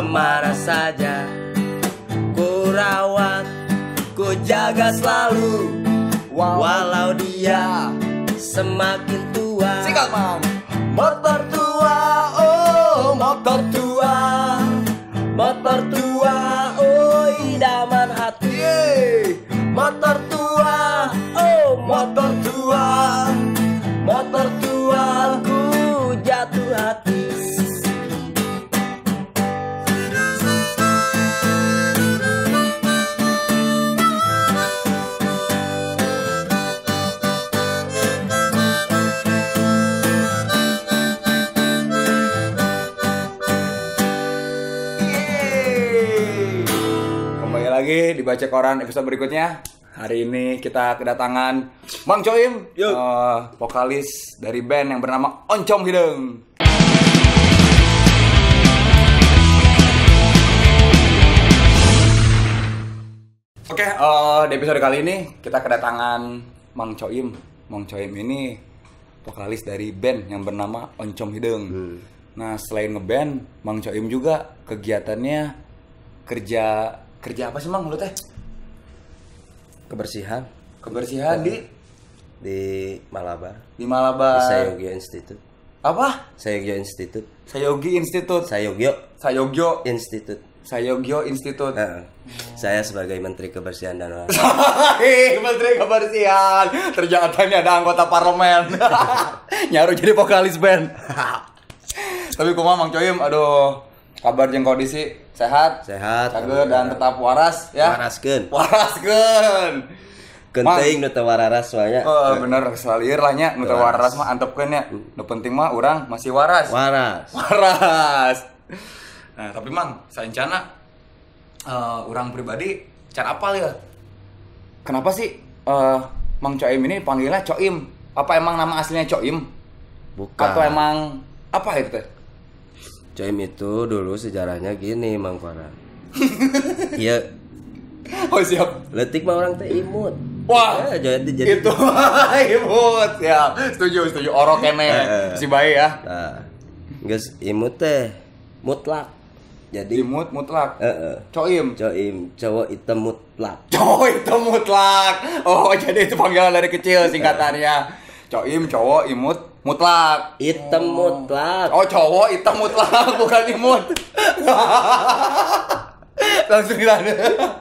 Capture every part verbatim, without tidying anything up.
amarah saja ku rawat, ku jaga selalu, walau dia semakin tua. Singkat man. Motor tua, oh motor tua, motor tua, oh idaman hati. Motor tua, oh motor tua, motor tua, ku jatuh hati. Lagi dibaca koran episode berikutnya. Hari ini kita kedatangan Mang Coim, uh, vokalis dari band yang bernama Oncom Hideng. Oke, okay, uh, di episode kali ini kita kedatangan Mang Coim. Mang Coim ini vokalis dari band yang bernama Oncom Hideng. Hmm. Nah, selain ngeband, Mang Coim juga kegiatannya kerja Kerja apa sih Mang lu teh? Kebersihan. Kebersihan di di Malabar. Di Malabar. Di Sayogyo Institute. Apa? Sayogyo Institute. Sayogi Institute. Sayogyo. Sayogyo Institute. Sayogyo Institute. Uh, oh. Saya sebagai Menteri Kebersihan dan Olahraga. Menteri Kebersihan. Ternyata ada anggota parlemen. Nyaru jadi vokalis band. Tapi kumaha Mang Coim, aduh, kabar jeung kondisi sehat, sehat, cager dan tetap waras ya. Waraskeun. Waraskeun. Genteng nu teu wararas soalnya. Oh, bener salieur lah nya nu teu waras mah antepkeun nya. Nu penting mah urang masih waras. Waras. Waras. Nah, tapi Mang, saencana uh, urang pribadi can apal ya. Kenapa sih uh, Mang Coim ini panggilnya Coim? Apa emang nama aslinya Coim? Bukan. Atau emang apa itu teh? Coim itu dulu sejarahnya gini, Mang Farhan. Iya. Oh siap. Letik mah orang teh imut. Wah. Ya, jadi jadi itu imut ya. Setuju, setuju. Orok kene si bae ya. Nah, geus imut teh mutlak. Jadi imut mutlak. Heeh. Coim. Coim, cowok hitam mutlak. Cowok hitam mutlak. Oh, jadi itu panggilan dari kecil singkatannya. Coim, cowok imut mutlak. Hitam oh. mutlak. Oh, cowok hitam mutlak, bukan imut. Langsung ditanya.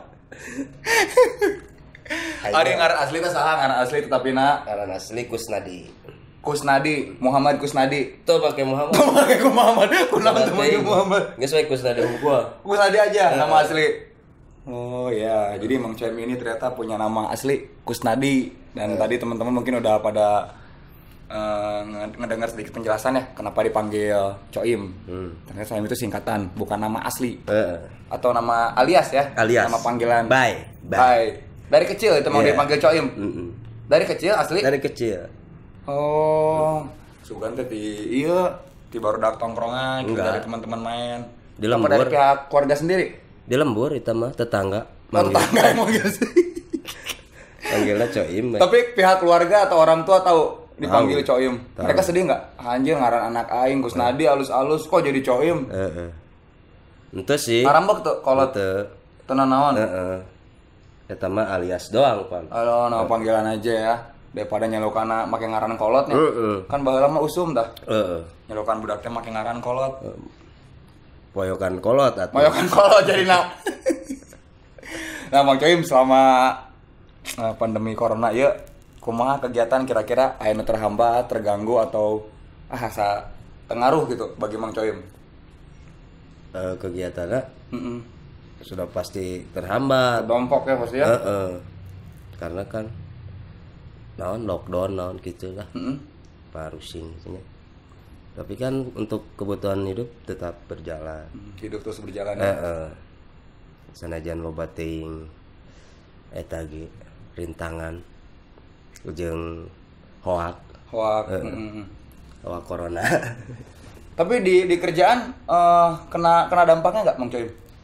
Ari ngaran asli teh saha ngaran asli tetapina? Ngaran asli Kusnadi. Kusnadi, Muhammad Kusnadi. Tuh pakai Muhammad. Tuh pakai Muhammad. Kunaon tuh pakai Muhammad? Geus we Kusnadi gua. Kusnadi aja nama asli. Oh ya, jadi Mang Coim ini ternyata punya nama asli Kusnadi. Dan tadi teman-teman mungkin udah pada Uh, ngedengar sedikit penjelasan ya kenapa dipanggil Coim. Hmm. Ternyata Coim itu singkatan, bukan nama asli. Uh. Atau nama alias ya? Alias. Nama panggilan. Bye. Bye. Bye. Dari kecil itu mau yeah. dipanggil Coim. Mm-mm. Dari kecil asli? Dari kecil. Oh. Sugan teh di iya di barudak tongkrongan gitu, dari teman-teman main. Di lembur. Apa dari pihak keluarga sendiri? Di lembur itu mah tetangga. Oh, tetangga emang gitu sih. Panggilnya Coim. Tapi pihak keluarga atau orang tua tahu dipanggil Coim. Mereka sedih nggak? Anjir ngaran anak aing Kusnadi alus-alus kok jadi Coim? Heeh. Ente sih. Arambek tuh kalau teu tenan naon? Heeh. Eta mah alias doang, Pan. Halo, nama panggilan aja ya. Daripada nyelukana make ngaran kolot nya. Heeh. Kan baheula mah usum tah. Heeh. Nyelukan budak teh make ngaran kolot. Poyokan kolot atuh. Poyokan kolot jadi na. Nah, Mang Coim selama uh, pandemi corona ieu kumaha kegiatan kira-kira aya nu terhambat, terganggu atau ah asa pengaruh gitu bagi Mang Coim? Uh, kegiatannya mm-mm. sudah pasti terhambat. Dompok ya pasti ya. Uh-uh. Karena kan naon lockdown naon gitu lah. Mm-mm. Parusing gitu. Tapi kan untuk kebutuhan hidup tetap berjalan. Hidup terus berjalan ya. Uh-uh. Sanajan loba teuing eta ge rintangan ujung hoak hoak uh, mm-hmm. hoak corona. Tapi di di kerjaan uh, kena kena dampaknya nggak Mang Coim?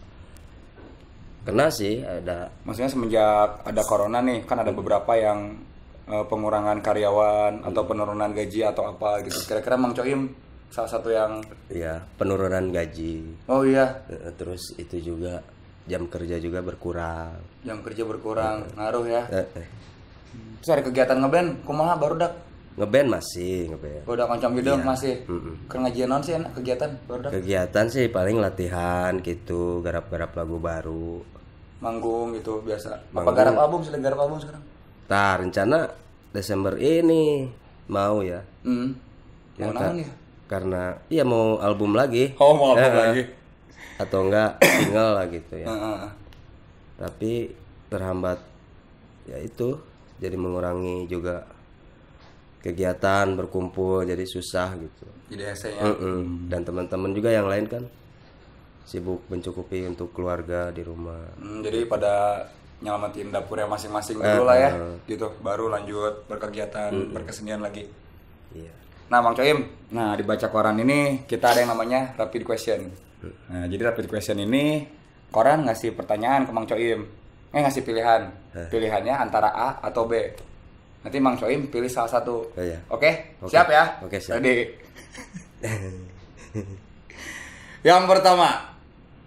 Kena sih, ada. Maksudnya semenjak ada corona nih kan ada beberapa yang uh, pengurangan karyawan hmm. atau penurunan gaji atau apa gitu. Kira-kira Mang Coim salah satu yang ya penurunan gaji. Oh iya. Eh, terus itu juga jam kerja juga berkurang. Jam kerja berkurang, ngaruh ya. Eh, eh. Terus ada kegiatan ngeband, kumaha baru dak? Ngeband masih ngeband. Udah kancam bidang Iya. masih. Mm-mm. Keur ngajian naon sih enak kegiatan baru dak? Kegiatan sih paling latihan gitu, garap-garap lagu baru. Manggung gitu biasa. Apa Manggung. garap album sudah garap album sekarang? Nah, rencana Desember ini mau ya. Hmm. Ya, Mau Kak. naon ya? Karena iya mau album lagi. Oh, mau album Eh, eh. lagi. Atau enggak single lah gitu ya. Heeh. Tapi terhambat ya itu, jadi mengurangi juga kegiatan berkumpul, jadi susah gitu. Jadi esenya. Mm-mm. Dan teman-teman juga yang lain kan sibuk mencukupi untuk keluarga di rumah. Hmm, jadi pada nyelamatin dapurnya masing-masing Eh, dulu lah ya, eh. gitu. Baru lanjut berkegiatan, berkesenian lagi. Iya. Nah, Mang Coim, nah di baca koran ini kita ada yang namanya rapid question. Nah, jadi rapid question ini koran ngasih pertanyaan ke Mang Coim. Eh ngasih pilihan. Pilihannya antara A atau B. Nanti Mang Coim pilih salah satu. Oh, iya. Oke? Oke. Siap ya? Oke, siap. Ready. Yang pertama,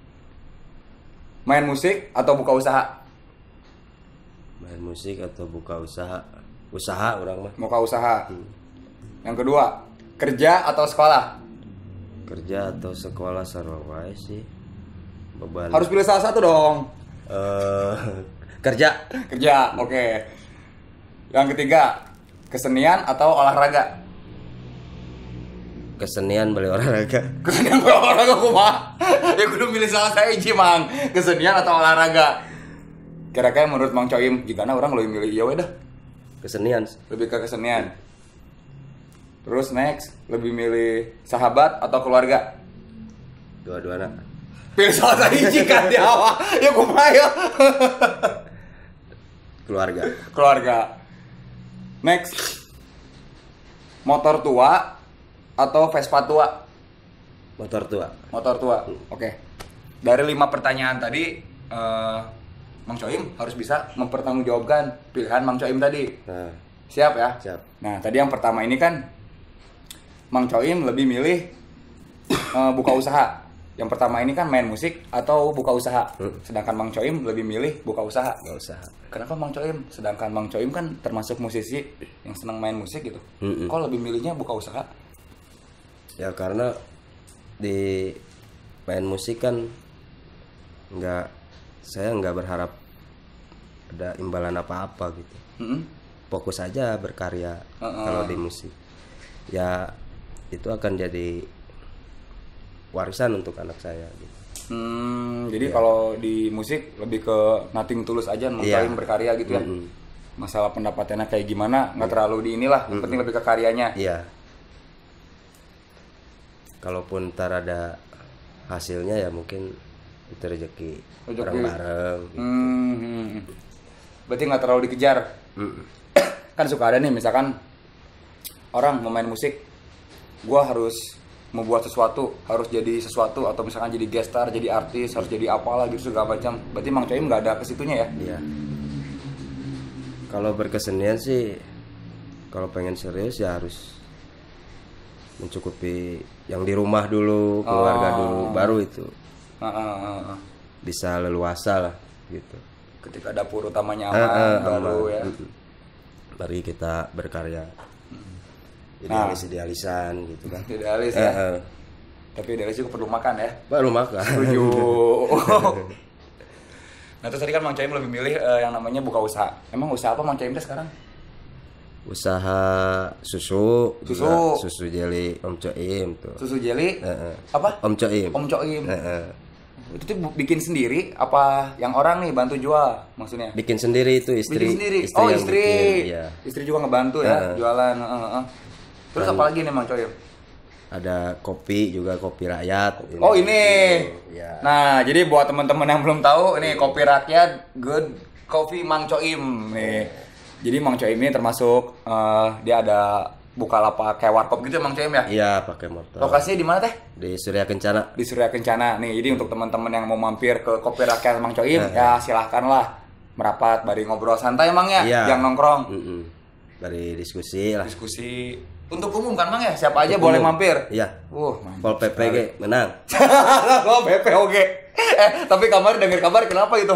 main musik atau buka usaha? Main musik atau buka usaha? Usaha orang mah. Buka usaha. Yang kedua, kerja atau sekolah? Kerja atau sekolah sarua wae sih. Beban. Harus pilih salah satu dong. Eh, kerja. Kerja, oke. Yang ketiga, kesenian atau olahraga? Kesenian beli olahraga. Kesenian atau olahraga kumaha? Ya kudu milih salah saya hiji, Mang. Kesenian atau olahraga? Kira-kira menurut Mang Coim, gimana orang lebih milih iya we dah? Kesenian. Lebih ke kesenian. Terus next, lebih milih sahabat atau keluarga? Dua-duanya. Pilih salah saya hiji kan di awal. Ya kumaha ya? Keluarga. Keluarga. Next, motor tua atau Vespa tua? Motor tua. Motor tua. Oke. Dari lima pertanyaan tadi, eh, Mang Coim harus bisa mempertanggungjawabkan pilihan Mang Coim tadi. Nah, Siap ya? siap. Nah, tadi yang pertama ini kan Mang Coim lebih milih eh, buka usaha. Yang pertama ini kan main musik atau buka usaha. Sedangkan Mang Coim lebih milih buka usaha. Gak usah. Kenapa Mang Coim? Sedangkan Mang Coim kan termasuk musisi yang senang main musik gitu. Mm-mm. Kok lebih milihnya buka usaha? Ya karena di main musik kan nggak, saya nggak berharap ada imbalan apa-apa gitu. Mm-mm. Fokus aja berkarya. Uh-uh. Kalau di musik ya itu akan jadi warisan untuk anak saya gitu. Hmm, jadi Iya. kalau di musik lebih ke nothing tulus aja, Mang Iya. Coim berkarya gitu ya. Mm-mm. Masalah pendapatannya kayak gimana nggak terlalu di inilah, yang penting lebih ke karyanya. Iya. Kalaupun ntar ada hasilnya ya mungkin itu rezeki Rezeki. bareng-bareng. Gitu. Hmm, hmm, hmm. Berarti nggak terlalu dikejar. Mm-mm. Kan suka ada nih misalkan orang mau main musik, gua harus membuat sesuatu, harus jadi sesuatu, atau misalkan jadi guest star, jadi artis, harus jadi apalah gitu segala macam. Berarti Mang Coim nggak ada ke situnya ya? Iya. Kalau berkesenian sih, kalau pengen serius ya harus mencukupi yang di rumah dulu, keluarga Oh. dulu, baru itu Ah, ah, ah, ah. bisa leluasa lah gitu. Ketika dapur utamanya Eh, aman, eh, baru aman. ya. Mm-mm. Mari kita berkarya. Nah. Idealis-idealisan gitu kan. Idealis Eh, ya. eh. Tapi idealis juga perlu makan ya. Baru makan. Setuju. Nah terus tadi kan Mang Coim lebih milih eh, yang namanya buka usaha. Emang usaha apa Mang Coim teh sekarang? Usaha susu, Susu. juga susu jeli Om Coim tuh. Susu jeli? Eh, eh. Apa? Om Coim. Om Coim. Eh, eh. Itu tuh bu- bikin sendiri apa yang orang nih bantu jual maksudnya? Bikin sendiri itu istri. Bikin sendiri. istri Oh yang istri. bikin, iya. Istri juga ngebantu ya Eh. jualan. eh, eh, eh. Terus Dan- apa lagi nih Mang Coim? Ada kopi juga, kopi rakyat. Oh ini. Ya. Nah jadi buat teman-teman yang belum tahu, ini kopi rakyat Good Coffee Mang Coim nih. Jadi Mang Coim ini termasuk eh, dia ada buka lapak kayak warkop gitu ya Mang Coim ya. Iya, pakai motor. Lokasinya di mana teh? Di Surya Kencana. Di Surya Kencana nih. Jadi untuk teman-teman yang mau mampir ke kopi rakyat Mang Coim ya silahkan lah merapat, bari ngobrol santai emang ya, Iya. yang nongkrong. Mm-mm. Dari diskusi lah. Diskusi untuk umum kan Mang ya? Siapa aja boleh mampir? Iya. Wah, Pol P P G menang. Oh, P P oke. Eh, tapi kabar dengar kabar kenapa itu?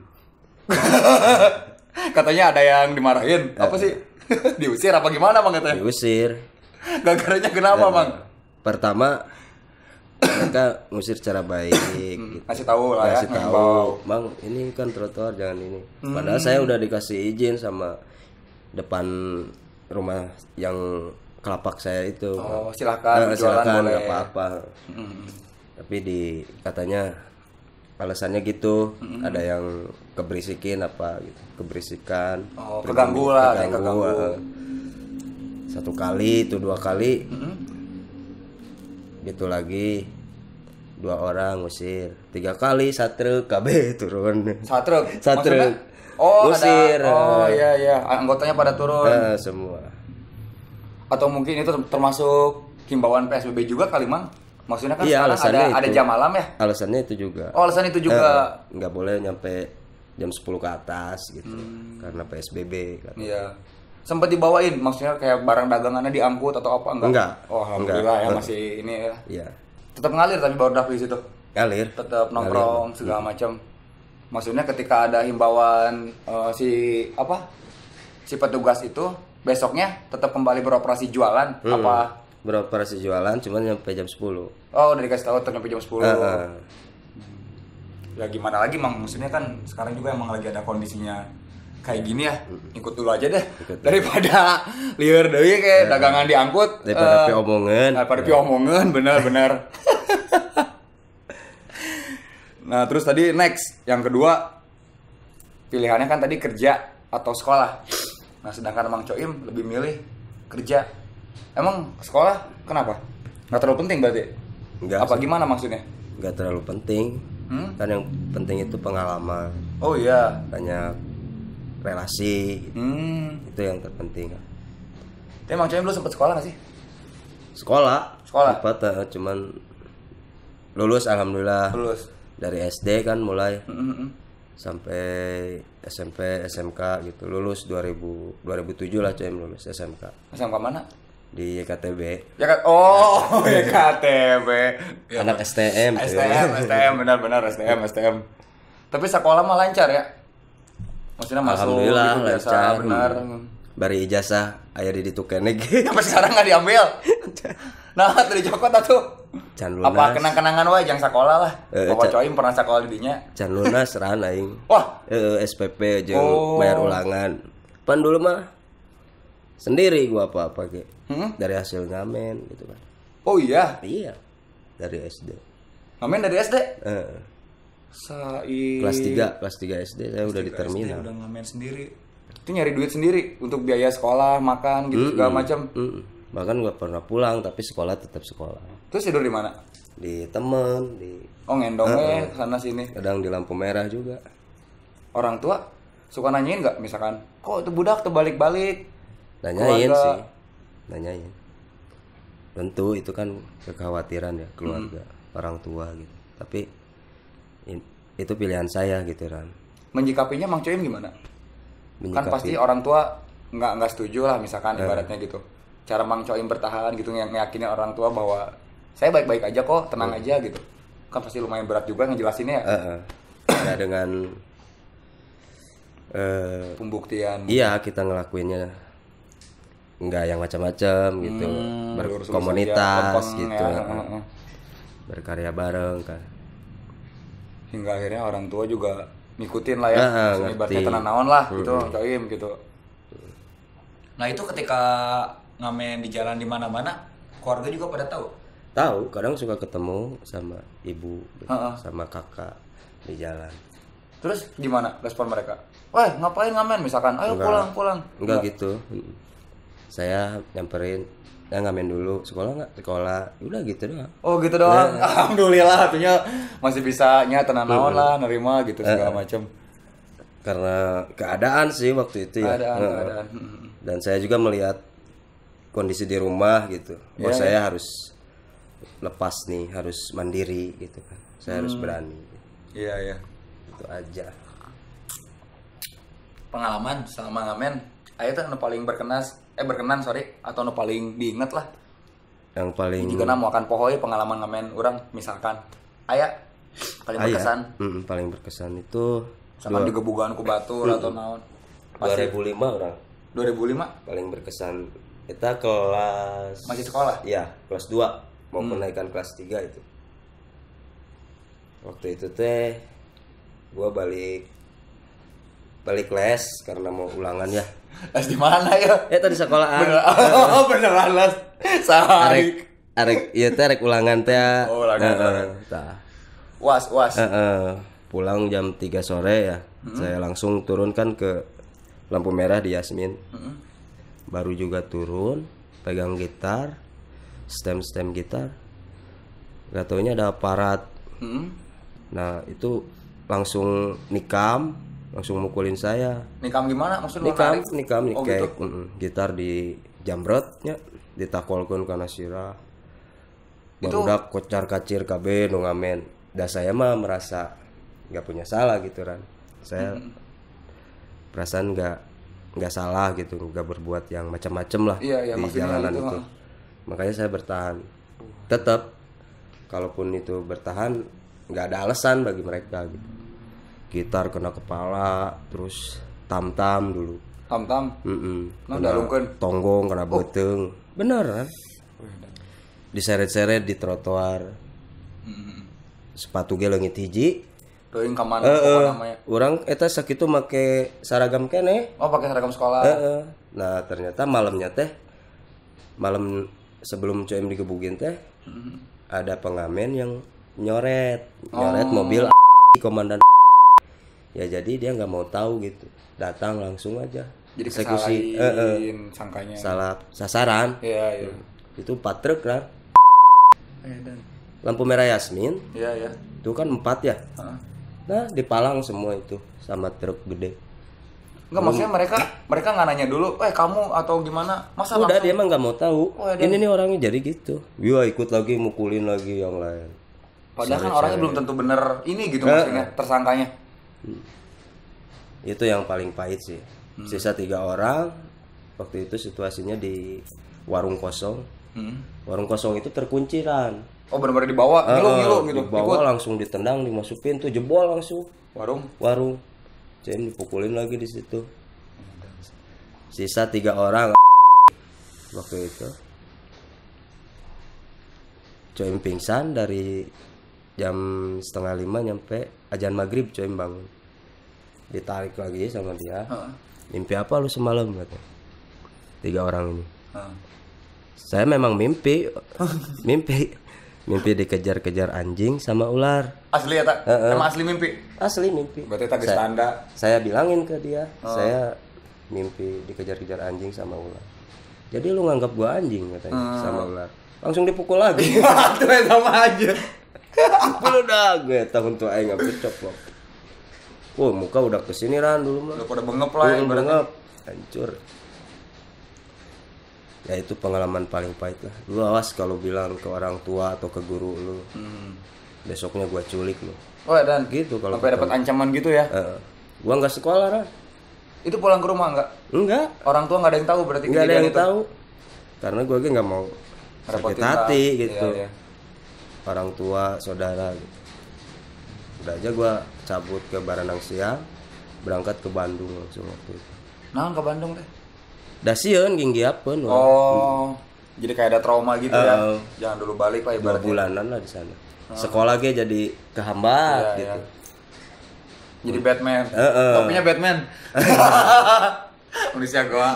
Katanya ada yang dimarahin. Apa sih? Diusir apa gimana Bang katanya? Diusir. Gagaranya kenapa, Bang? Pertama mereka ngusir secara baik gitu. Kasih tahu lah ya, Kasih tahu, Bang, ini kan trotoar jangan ini. Padahal saya udah dikasih izin sama depan rumah yang kelapak saya itu. Oh, silakan nah, jualan silakan boleh. nggak apa-apa. Tapi di katanya alasannya gitu, ada yang keberisikin apa gitu, keberisikan. Oh, keganggu lah, kayak keganggu. uh, Satu kali itu dua kali. Mm-hmm. Gitu lagi dua orang ngusir, tiga kali satu K B turun. Satu Satu. Oh, ngusir. Ada, oh iya iya, anggotanya pada turun. Uh, semua. Atau mungkin itu termasuk himbauan P S B B juga kali Mang? Maksudnya kan Iya, sekarang ada, ada jam malam ya? Alasannya itu juga. Oh, alasan itu juga. Uh, nggak boleh nyampe jam sepuluh ke atas gitu. Hmm. Karena P S B B kan. Iya. Sempat dibawain, maksudnya kayak barang dagangannya diangkut atau apa enggak? Enggak. Oh, alhamdulillah enggak. ya masih ini ya. Iya. Tetap ngalir tapi baru di situ. Ngalir. Tetap nongkrong ngalir. Segala macam. Maksudnya ketika ada himbauan uh, si apa? Si petugas itu besoknya tetap kembali beroperasi jualan hmm. apa? Beroperasi jualan cuman nyampe jam sepuluh. Oh, udah dikasih tahu sampai jam sepuluh. Uh, uh. Ya gimana lagi Mang, maksudnya kan sekarang juga emang lagi ada kondisinya kayak gini ya, ikut dulu aja deh ikut daripada liur deui kayak uh, dagangan diangkut daripada uh, pi omongan daripada pi omongan benar-benar. Nah, terus tadi next yang kedua pilihannya kan tadi kerja atau sekolah. Nah, sedangkan Mang Coim lebih milih kerja. Emang sekolah kenapa? Nggak terlalu penting berarti? Enggak. Apa sih. Gimana maksudnya? Nggak terlalu penting. Hmm? Kan yang penting itu pengalaman. Oh iya. Banyak relasi. Hmm. Itu yang terpenting. Tapi Mang Coim dulu sempat sekolah nggak sih? Sekolah. Sekolah. Sempat, cuman lulus alhamdulillah. Lulus. Dari S D kan mulai. Mm-hmm. Sampai S M P, S M K gitu. Lulus dua ribu, dua ribu tujuh lah Coim lulus S M K. S M K mana? Di Y K T B. Ya kan? Oh, Y K T B. Anak S T M. S T M, S T M benar-benar S T M, S T M. Tapi sekolah mah lancar ya? Maksudnya masuk alhamdulillah gitu, biasa, lancar. Benar. Bari ijazah aya di ditu keneh. Sampai sekarang enggak diambil. Nah, tadi cokot atuh. Can lunas. Apa kenang-kenangan wae jang sekolah lah. E, Bapak Coim pernah sekolah di dinya. Can lunas ran aing. Wah, e, S P P jeung oh. bayar ulangan. Pan dulu mah sendiri gua apa-apa ge. Hmm? Dari hasil ngamen gitu kan. Oh iya. Iya. Dari S D. Ngamen dari S D? Heeh. Sai kelas tiga, kelas tiga S D saya udah di terminal. S D udah ngamen sendiri. Itu nyari duit sendiri untuk biaya sekolah, makan gitu mm -mm. segala macam. Mm -mm. Bahkan gak pernah pulang tapi sekolah tetap sekolah. Terus tidur di mana? Di temen, di oh ngendongnya uh -uh. sana sini. Kadang di lampu merah juga. Orang tua suka nanyain nggak misalkan, kok tuh budak tuh balik-balik? Nanyain keluarga. Sih, nanyain. Tentu itu kan kekhawatiran ya keluarga, hmm. orang tua gitu. Tapi in, itu pilihan saya gitu kan. Menyikapinya Mang Coim gimana? Menyikapi. Kan pasti orang tua nggak nggak setuju lah misalkan uh. ibaratnya gitu. Cara Mang Coim bertahan gitu yang ngeyakinin orang tua bahwa saya baik-baik aja kok, tenang uh. aja gitu. Kan pasti lumayan berat juga ngejelasinnya ya. Uh -uh. Ya dengan uh, pembuktian. Iya, kita ngelakuinnya nggak yang macam-macam gitu, hmm, berkomunitas gitu, ya. uh, uh. berkarya bareng kan. Hingga akhirnya orang tua juga ngikutin lah ya, uh, ibaratnya tenang naon lah gitu, uh, uh. Coim gitu. Nah itu ketika ngamen di jalan di mana-mana, keluarga juga pada tahu. Tahu, kadang suka ketemu sama ibu, gitu, uh, uh. sama kakak di jalan. Terus gimana respon mereka? Wah ngapain ngamen misalkan? Ayo enggak, pulang pulang. Enggak, enggak gitu. Saya nyamperin, ya ngamen dulu, sekolah nggak? Sekolah, udah gitu doang. Oh gitu doang. Ya. Alhamdulillah, artinya masih bisa nyata naon lah, nerima gitu segala uh, macam. Karena keadaan sih waktu itu ya. Keadaan, uh, keadaan. Dan saya juga melihat kondisi di rumah gitu. Oh ya, saya ya. harus lepas nih, harus mandiri gitu kan. Saya hmm. harus berani. Iya ya. Itu aja. Pengalaman selama ngamen, ayo tuh yang paling berkenas eh berkenan sorry atau nu paling diinget lah. Yang paling Jika mau akan pohoy pengalaman ngamen orang misalkan aya paling Aya. berkesan. Mm, paling berkesan itu Sama digebugan ku batur atau naon. dua ribu lima orang dua ribu lima paling berkesan. Kita kelas masih sekolah. Iya, kelas dua mau Hmm. kenaikan kelas tiga itu. Waktu itu teh gua balik balik les karena mau ulangan ya. Les di mana ya? Eh tadi sekolahan. Bener. Oh, beneran les. Sehari. Arek arek iya teh arek ulangan teh. Oh, ulangan. Heeh, tah. Was, was. Heeh. Pulang jam tiga sore ya. Hmm. Saya langsung turun kan ke lampu merah di Yasmin. Hmm. Baru juga turun, pegang gitar, stem-stem gitar. Gak taunya ada aparat. Hmm. Nah, itu langsung nikam, langsung mukulin saya. Nikam gimana maksudnya? Nikam, nikam, Oh, nikek. gitu? Mm-mm. Gitar di jambrotnya, ditakolkeun kana sirah. Itu- Barudak kocar kacir kabeh nu ngamen. Da saya mah merasa nggak punya salah gitu kan. Saya perasaan nggak nggak salah gitu, nggak berbuat yang macam-macam lah Iya, iya, di maksudnya jalanan itu, itu. ha. Makanya saya bertahan. Tetap kalaupun itu bertahan nggak ada alasan bagi mereka gitu. Gitar kena kepala, terus tam-tam dulu. Tam-tam. Mm-mm. Nah, Kena dalungkeun. tonggong, kena beteung. Bener kan? Diseret-seret di trotoar. Sepatu ge leungit hiji. Teuing ka mana Heeh. pokona namanya. Urang eta sakitu make seragam keneh. Oh, pakai seragam sekolah. Heeh. Nah, ternyata malamnya teh malam sebelum C M digebukin teh ada pengamen yang nyoret, nyoret Oh. mobil komandan. Ya jadi dia nggak mau tahu gitu. Datang langsung aja. Jadi Eksekusi. kesalahin Heeh. sangkanya. Salah sasaran. Iya, iya. Itu empat truk kan. Iya, dan. Lampu merah Yasmin Iya, iya. itu kan empat ya. Heeh. Nah, dipalang semua itu sama truk gede. Enggak, maksudnya mereka mereka nggak nanya dulu, eh kamu atau gimana? Masa Udah langsung- dia mah nggak mau tahu. Oh, ya, Ini nih orangnya jadi gitu. Dia ikut lagi mukulin lagi yang lain. Padahal kan orangnya belum tentu bener ini gitu maksudnya tersangkanya. Itu yang paling pahit sih. Sisa tiga orang. Waktu itu situasinya di warung kosong. Hmm. Warung kosong itu terkunci kan. Oh, benar-benar dibawa, ngilu-ngilu gitu. Dibawa Ikut. langsung ditendang, dimasukin tuh jebol langsung Warung. warung. C M dipukulin lagi di situ. Sisa tiga orang waktu itu. C M pingsan dari jam setengah lima nyampe ajan maghrib. C M bangun, ditarik lagi sama dia. Heeh. Mimpi apa lu semalam katanya. Tiga orang ini. Heeh. Saya memang mimpi, mimpi, mimpi dikejar-kejar anjing sama ular. Asli ya, tak? Heeh. Emang asli mimpi. Asli mimpi. Berarti tak Saya- tanda. Saya bilangin ke dia, saya mimpi dikejar-kejar anjing sama ular. Jadi lu nganggap gua anjing katanya sama ular. Langsung dipukul lagi. Tuh ya sama aja. Pukul udah gue tahun tua aing ngapet coplok. Wah, muka udah kesini Ran dulu mah. Udah pada bengep lah Belum ibaratnya. bengap, hancur. Ya itu pengalaman paling pahit lah. Lu awas kalau bilang ke orang tua atau ke guru lu. Hmm. Besoknya gua culik lu. Oh, dan Gitu kalau sampai dapat ancaman gitu ya. Heeh. Gua nggak sekolah Ran. Itu pulang ke rumah enggak? Enggak. Orang tua nggak ada yang tahu berarti Nggak ada kejadian yang itu? tahu. Karena gua ge nggak mau sakit Repotin hati tak. gitu. Iya, iya. Orang tua, saudara gitu. Udah aja gua cabut ke Baranang siang, berangkat ke Bandung langsung waktu itu. Nah, ke Bandung teh. Da sieun ginggiapeun we. Oh, jadi kayak ada trauma gitu ya. Uh, Jangan dulu balik lah dua ibaratnya. bulanan lah di sana. Sekolah ge jadi kehambat Iya, gitu. iya. Jadi Batman. Heeh. Topinya Batman. Manusia goa.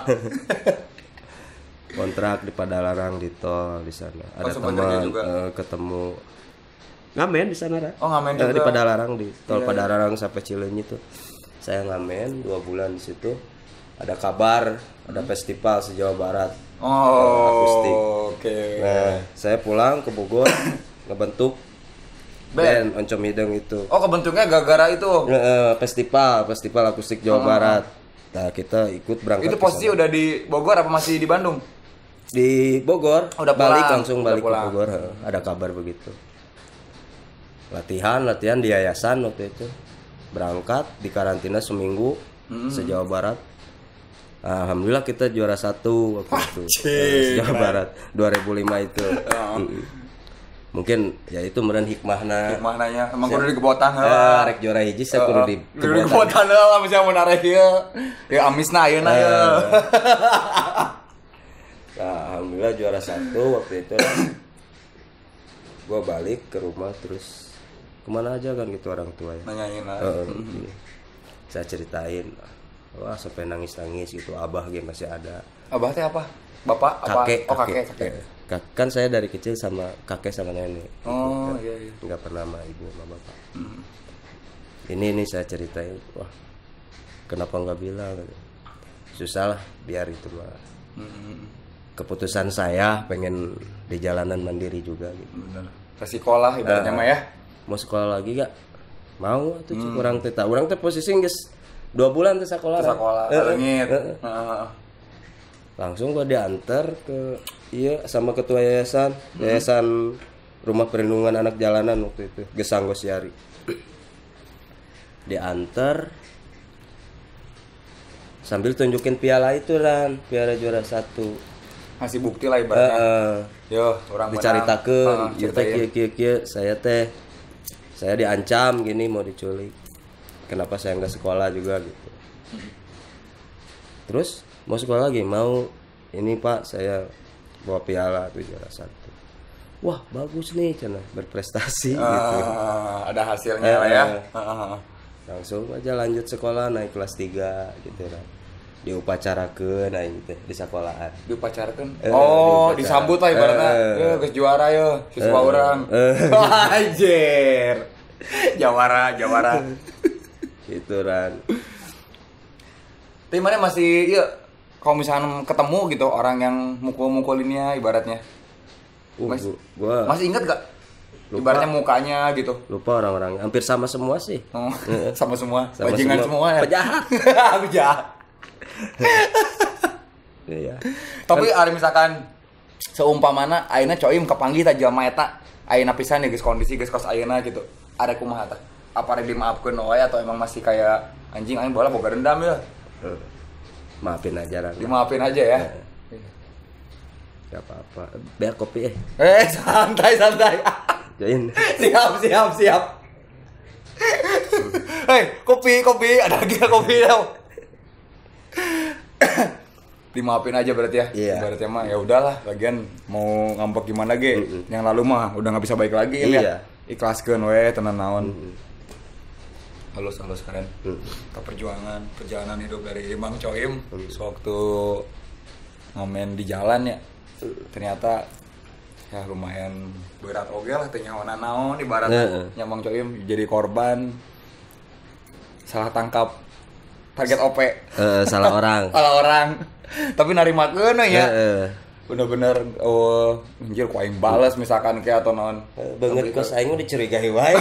Kontrak di Padalarang di tol di sana. Ada sempat kerja teman juga? eh, ketemu ngamen di sana Ra. Oh, ngamen Eh, juga. di Padalarang di tol Iya, Padalarang sampai Cileunyi tuh. Saya ngamen dua bulan di situ. Ada kabar, ada festival se-Jawa Barat. akustik. Oh, oke. Nah, saya pulang ke Bogor ngebentuk Band. band Oncom Hideng itu. Oh, kebentuknya gara-gara itu. Eh, festival, festival akustik Jawa Barat. Nah, kita ikut berangkat Itu ke posisi sana. udah di Bogor apa masih di Bandung? Di Bogor. Oh, udah balik pulang. langsung Udah balik pulang. ke Bogor. Heeh, ada kabar begitu. Latihan, latihan di yayasan waktu itu. Berangkat di karantina seminggu se-Jawa Barat. Alhamdulillah kita juara satu waktu itu. Cik, Jawa Barat dua ribu lima itu. Mm. Mungkin ya itu meureun hikmahna. Hikmahnanya emang kudu digebotan heula. Ah, rek juara hiji saya kudu di digebotan heula masa mun arek ieu. Ya amisna ayeuna ya. Nah, alhamdulillah juara satu waktu itu lah. Gua balik ke rumah terus kemana aja kan gitu orang tua ya. Nanyain lah. Uh, saya ceritain, wah sampai nangis-nangis gitu. Abah gitu masih ada. Abah teh apa? Bapak apa? Kakek, Oh kakek, kakek. kakek. Kak, kan saya dari kecil sama kakek sama nenek. Oh gitu, iya iya. Nggak pernah sama ibu sama bapak. Hmm. Ini ini saya ceritain, wah kenapa nggak bilang? Susah lah, biar itu mah. Hmm. Keputusan saya pengen di jalanan mandiri juga gitu. Bener. Resiko lah ibaratnya uh, mah ya. Mau sekolah lagi gak? Mau tuh hmm. kurang teh. Urang teh posisi geus dua bulan teh sekolah. Sekolah, kalengit. Uh, uh. uh. Langsung gua diantar ke iya sama ketua yayasan, hmm. yayasan Rumah Perlindungan Anak Jalanan waktu itu, Gesang Gosiari. Diantar sambil tunjukin piala itu kan, piala juara satu. Masih bukti lah ibaratnya. Uh, Yo, orang dicaritakeun, ieu teh kieu-kieu saya teh saya diancam gini mau diculik. Kenapa saya enggak sekolah juga gitu. Terus mau sekolah lagi, mau ini Pak saya bawa piala tuh juara satu. Wah bagus nih cina berprestasi uh, gitu. Ada hasilnya lah uh, ya. Uh, langsung aja lanjut sekolah naik kelas tiga gitu kan. Diupacarakeun aing teh di sekolahan. Diupacarakeun. Uh, oh, diupacara. Disambut lah ibaratnya. Uh, Yo geus juara yo, siswa uh, urang. Uh, Anjir. Jawara, jawara. Gitu kan. Tapi mana masih iya kalau misalnya ketemu gitu orang yang mukul-mukulinnya ibaratnya. Uh, Mas, gua masih ingat gak? Lupa. Ibaratnya mukanya gitu. Lupa orang-orang. Hampir sama semua sih. Oh, sama semua. Sama bajingan semua, semua ya. Penjahat. Penjahat. Iya. Tapi ada misalkan seumpamana ayeuna coim kepanggih ta jelema eta, ayeuna pisan ya geus kondisi geus kos ayeuna gitu. Are kumaha tah? Apa rek dimaafkeun wae atau emang masih kayak anjing aing bola boga dendam ya? Uh, maafin aja lah. Dimaafin aja ya. Uh. Gak apa-apa, biar kopi eh. Eh santai santai. Join. Siap siap siap. Hei kopi kopi ada lagi kopi dong. Dimaafin aja berarti ya. Iya. Berarti mah ya udahlah. Lagian mau ngambek gimana ge. Mm-mm. Yang lalu mah udah nggak bisa baik lagi iya. Ya. Ikhlaskeun we tenan naon. Halus halus keren. Ke perjuangan perjalanan hidup dari Bang Coim. Mm. Sewaktu ngomen di jalan ya. Ternyata ya lumayan berat oge lah teh nyawana naon ibaratnya nya Bang Coim jadi korban salah tangkap target O P. Uh, salah orang. Salah orang. Tapi narimakeun ya. Uh, uh. Bener-bener oh anjir ku aing bales misalkan kayak atau naon. Uh, beungeut kos aing mah dicurigai wae.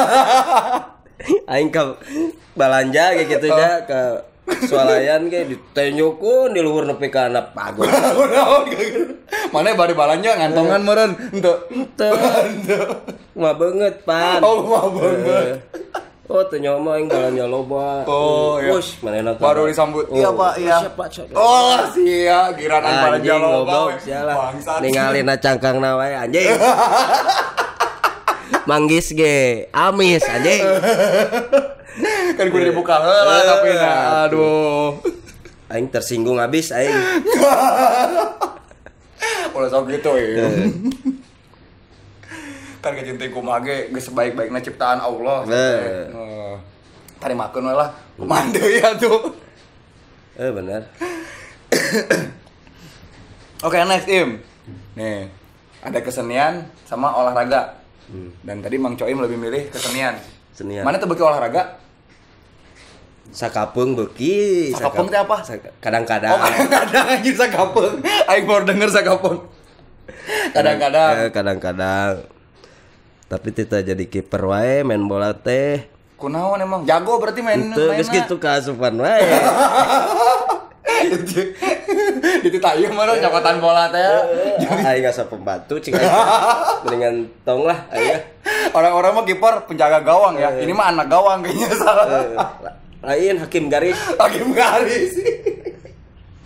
Aing ka balanja kayak gitu nya ke swalayan kayak ditenjokun di luhur nepi ka anak pagon. Mana bari balanja ngantongan meureun henteu. Henteu. Mah beungeut pan. Oh mah beungeut. Oh teu nyawa mah aing balanja loba. Oh iya. Ush manehna baru disambut. Oh, iya Pak, iya. Siap Pak. Oh sia giranan balanja loba. Bangsat. Ningalina cangkangna wae anjing. Manggis ge, amis anjing. Kan gue dibuka heula tapi nah aduh. Aing tersinggung abis aing. Kalau sok gitu ya. Kan kecintai kumaha ge geus sebaik-baikna ciptaan Allah. Heeh. Tari makeun we lah. Kumaha deui atuh. Eh benar. Oke, next Im. Nih, ada kesenian sama olahraga. Hmm. Dan tadi Mang Coim lebih milih kesenian. Senian. Mana tuh beuki olahraga? Sakapeung beuki. Sakapeung teh apa? Kadang-kadang. Oh, kadang-kadang anjing sakapeung. Aing baru denger sakapeung. Kadang-kadang. Eh, kadang-kadang. Tapi kita jadi kiper wae main bola teh. Kunaon emang jago berarti main mainna. Geus kitu kaasupan wae. Itu tayu mah nyokotan bola teh. Aing asa pembantu cing aing. Mendingan tong lah aya. Orang-orang mah kiper penjaga gawang ya. Ini mah anak gawang kayaknya salah. Lain hakim garis. Hakim garis.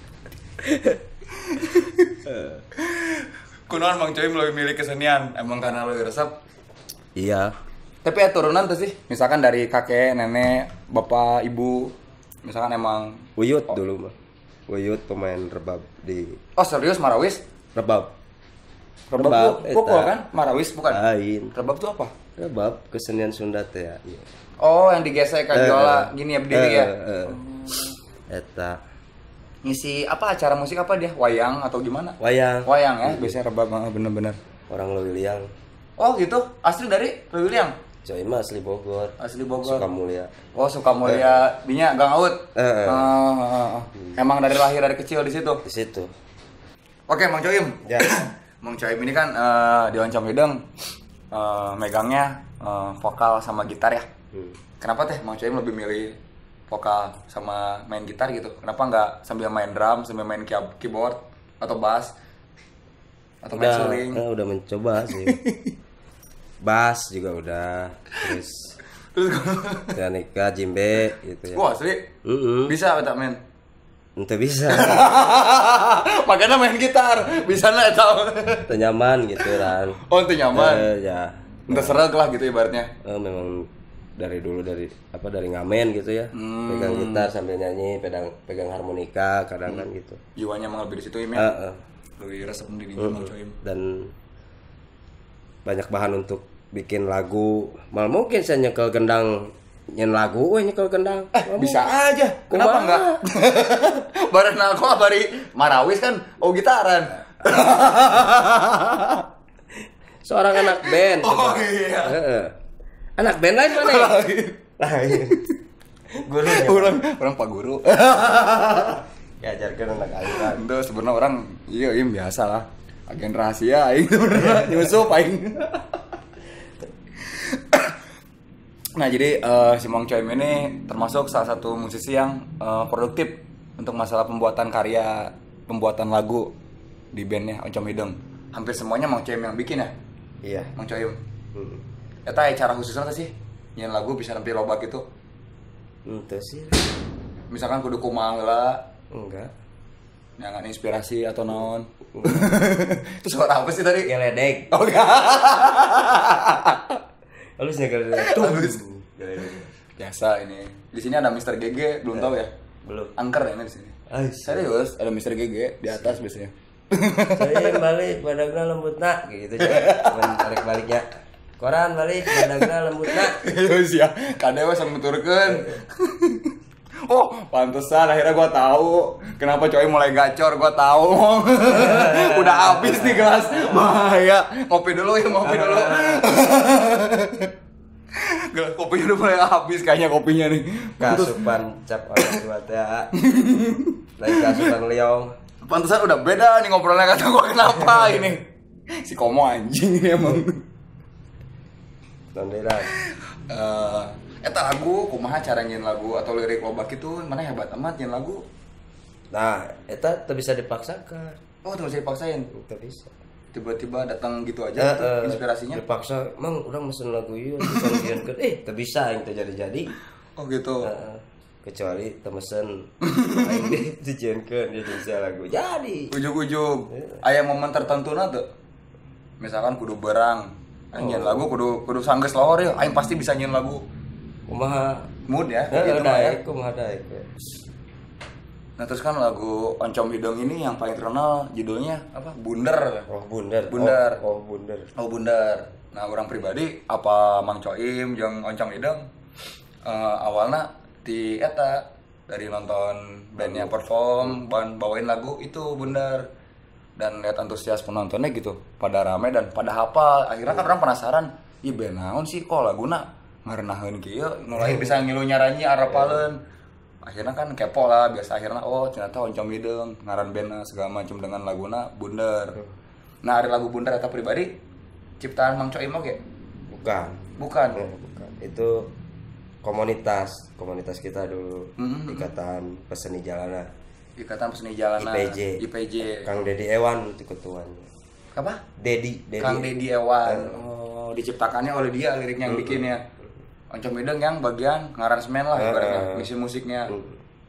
Kunaon Mang Coim lebih milih kesenian? Emang karena lebih resep? Iya. Tapi ya turunan tuh sih, misalkan dari kakek, nenek, bapak, ibu, misalkan emang Uyut oh. dulu mah. Uyut pemain rebab di Oh serius Marawis? rebab. Rebab, Rebab, tuh pukul eta. kan? Marawis bukan? Lain. Rebab tuh apa? Rebab kesenian Sunda teh ya. Iya. Oh yang digesek kan Eh, biola eh. gini ya berdiri ya? Eh, eh. Eta Ngisi apa acara musik apa dia? Wayang atau gimana? wayang. Wayang ya, biasanya rebab ah, bener-bener. Orang Lewiliang. Oh gitu, asli dari Lewiliang? Coy mah asli Bogor. Asli Bogor. Sukamulya. Oh Sukamulya, dinya Gang Aut. Eh, eh. Ah, ah, ah. Emang dari lahir dari kecil di situ. Di situ. Oke Mang Coim. Ya. Mang Coim ini kan eh, di Oncom Hideng eh, megangnya eh, vokal sama gitar ya. Hmm. Kenapa teh Mang Coim lebih milih vokal sama main gitar gitu? Kenapa nggak sambil main drum, sambil main key- keyboard atau bass atau main Udah, suling? eh, udah mencoba sih. Bass juga udah. Terus Terus pianika, jimbe gitu ya. wah asli Heeh. bisa tak main? Ente bisa. Makanya main gitar bisa nggak tahu? Ente nyaman gitu kan. Oh itu nyaman. Eh, ya. Entah serag lah gitu ibaratnya. Eh, memang dari dulu dari apa dari ngamen gitu ya. Hmm. Pegang gitar sambil nyanyi, pegang pegang harmonika kadang kan gitu. Jiwanya emang lebih di situ Im Eh, ya. eh. Lebih resep dirinya Mang Coim. Dan banyak bahan untuk bikin lagu. Mal mungkin saya nyekel gendang nyen lagu, we nyekel gendang. Eh, bisa aja. Kenapa Kumaha? enggak? Bareng aku bari Marawis kan oh gitaran. Seorang anak band. Oh, coba. iya. Heeh. Anak band lain mana? ya? Lain. Guru ya. Orang orang Pak Guru. Diajarkan anak aliran. Itu sebenarnya orang iya Im biasa lah. Agen rahasia aing sebenarnya nyusup aing. Nah, jadi eh, si Mang Coim ini termasuk salah satu musisi yang eh, produktif untuk masalah pembuatan karya, pembuatan lagu di bandnya Oncom Hideng. Hampir semuanya Mang Coim yang bikin ya, Iya. Mang Coim. Hmm. Eta aya cara khusus apa sih? Nyen lagu bisa nempi loba gitu. Ente sih. Misalkan kudu kumaha heula, Enggak. nyangan inspirasi atau naon. Itu suara apa sih tadi? Geledek. Oh enggak. Halus nih geledek. Halus. Geledek. Biasa ini. Di sini ada mister G G, belum tahu ya? Belum. Angker ini di sini. Ais. Serius, ada mister G G di atas biasanya. Saya balik badagna lembut nak gitu aja. Tarik baliknya. Koran balik badagna lembut nak. Terus ya, kadewa sampe nuturkeun. Oh, pantesan akhirnya gua tahu kenapa Coy mulai gacor, gua tahu. Udah habis nih gelas. Bahaya. Ngopi dulu ya, ngopi dulu. Gelas kopinya udah mulai habis kayaknya kopinya nih. Kasupan cap orang tua teh. Lain kasupan liong. Pantesan udah beda nih ngobrolnya kata gua kenapa ini. Si Komo anjing ini emang. Tonderan. Eh, eta lagu kumaha cara nyen lagu atau lirik loba kitu mana hebat amat nyen lagu. Nah, eta teu bisa dipaksakan. Oh, tuh bisa dipaksain. Teu bisa. Tiba-tiba datang gitu aja Eh, gitu, eh, inspirasinya. dipaksa, mang urang mesen lagu ieu bisa dijieunkeun. Eh, teu bisa aing teh jadi-jadi. Oh gitu. Heeh. Kecuali teu mesen aing ge dijieunkeun di Indonesia lagu. Jadi. Ujug-ujug aya momen tertentu na tuh. Misalkan kudu berang. Aing nyen lagu kudu kudu sanggeus lohor ya. Aing pasti bisa nyen lagu. Kumaha? Mood ya. Heeh, gitu mah ya. daek kumaha daek. Nah, terus kan lagu Oncom Hideng ini yang paling terkenal judulnya apa? Bunder. Oh, bundar. Bundar. Oh, oh bundar. Oh Bundar. Nah orang pribadi apa Mang Coim jeung Oncom Hideng uh, awalnya di eta dari nonton bandnya perform ban bawain lagu itu Bundar dan lihat antusias penontonnya gitu pada rame dan pada hafal akhirnya kan orang penasaran ih band naon sih kok laguna ngarenaheun kieu mulai bisa ngilu nyaranyi arapaleun akhirnya kan kepo lah biasa akhirnya oh ternyata Oncom Hideng ngaran bandna segala macam dengan laguna Bundar. Nah ada lagu Bundar eta pribadi ciptaan Mang Coim oke? Bukan. Bukan. Eh, bukan. Itu komunitas, komunitas kita dulu. Mm-hmm. Ikatan Peseni Jalanan. Ikatan Peseni Jalanan. I P J. I P J. Kang Dedi Ewan itu ketuanya. Apa? Dedi, Dedi. Kang Dedi Ewan. Oh, diciptakannya oleh dia liriknya yang bikin ya. Oncom Hideng yang bagian ngaransemen lah ibaratnya, ngisi musiknya.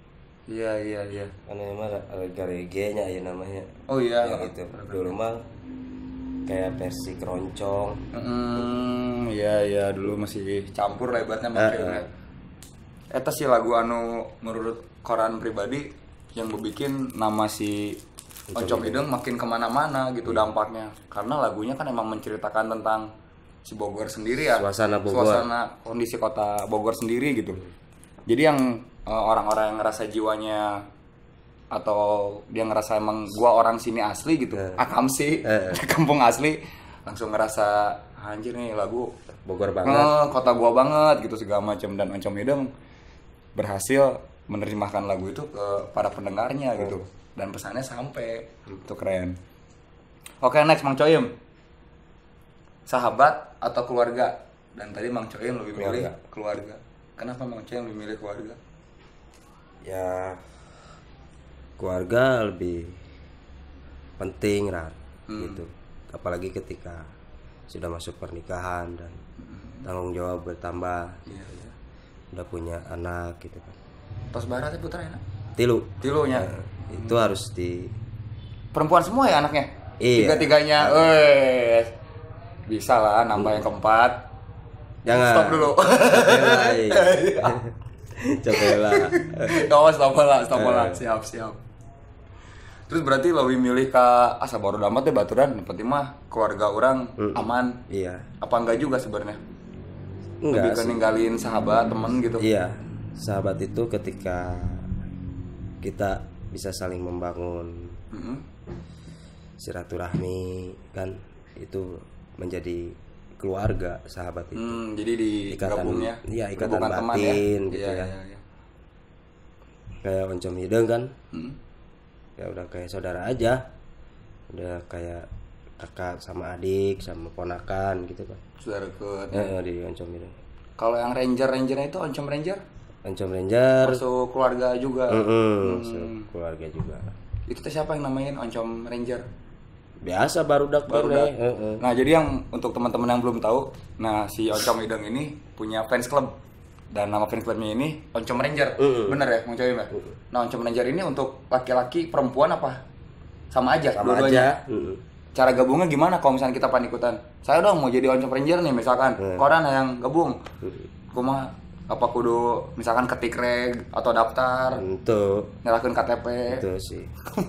Iya iya iya. Kan ini mah reggae-nya ya namanya. Oh iya. Yang itu. Dulu mah kayak versi keroncong. Hmm, iya iya dulu masih campur lah ibaratnya makanya. Eta sih lagu anu menurut koran pribadi yang bikin nama si Oncom Hideng makin kemana-mana gitu hmm. dampaknya. Karena lagunya kan emang menceritakan tentang si Bogor sendiri ya. Suasana Bogor. Suasana kondisi kota Bogor sendiri gitu. Jadi yang uh, orang-orang yang ngerasa jiwanya atau dia ngerasa emang gua orang sini asli gitu, uh. akam sih, uh. kampung asli, langsung ngerasa anjir nih lagu Bogor banget, uh, kota gua banget gitu segala macam. Dan Oncom Hideng berhasil menerjemahkan lagu itu ke para pendengarnya uh. gitu, dan pesannya sampai, itu keren. Oke, next Mang Coim, sahabat atau keluarga? Dan tadi Mang Coim lebih milih keluarga. keluarga. Kenapa Mang Coim lebih milih keluarga? Ya keluarga lebih penting Ran, hmm. gitu. Apalagi ketika sudah masuk pernikahan dan hmm. tanggung jawab bertambah, iya, iya. udah punya anak gitu kan. Tos barat itu putra enak. Tilu. Tilunya. Nah, itu hmm. harus di. Perempuan semua ya anaknya. Iya. Tiga-tiganya, eh bisa lah nambah hmm. yang keempat. Jangan. Stop dulu. Coba lah. Oh, stop lah, stop lah. Siap, siap. Terus berarti lebih milih ke asa baru damat deh baturan, penting mah keluarga orang mm. aman. Iya. Apa enggak juga sebenarnya? Enggak. Lebih ke ninggalin sahabat, temen gitu. Iya. Sahabat itu ketika kita bisa saling membangun mm-hmm. silaturahmi kan, itu menjadi keluarga sahabat itu. Hmm, jadi di gabungnya. Iya, ikatan batin ya? Gitu iya, ya. Iya, iya. Kayak Oncom Hideng kan. Hmm. Ya udah kayak saudara aja, udah kayak kakak sama adik sama ponakan gitu kan. Saudara deket. Ya, di Oncom Hideng. Kalau yang ranger rangernya itu Oncom Ranger? Oncom Ranger. Masuk keluarga juga. Mm-hmm, hmm. Masuk keluarga juga. Itu tuh siapa yang namain Oncom Ranger? Biasa barudak barudak. Uh-uh. Nah jadi yang untuk teman-teman yang belum tahu, nah si Oncom Hideng ini punya fans club. Dan nama fans clubnya ini Oncom Ranger, uh-uh. bener ya, Mang Coim ya? Uh-uh. Nah Oncom Ranger ini untuk laki-laki, perempuan apa? Sama aja, sama aja. Uh-uh. Cara gabungnya gimana kalau misalnya kita panikutan? Saya dong mau jadi Oncom Ranger nih misalkan, uh-uh. koran yang gabung. Uh-uh. Kuma apa kudu misalkan ketik reg atau daftar? Itu. Nyalakan K T P. Itu sih.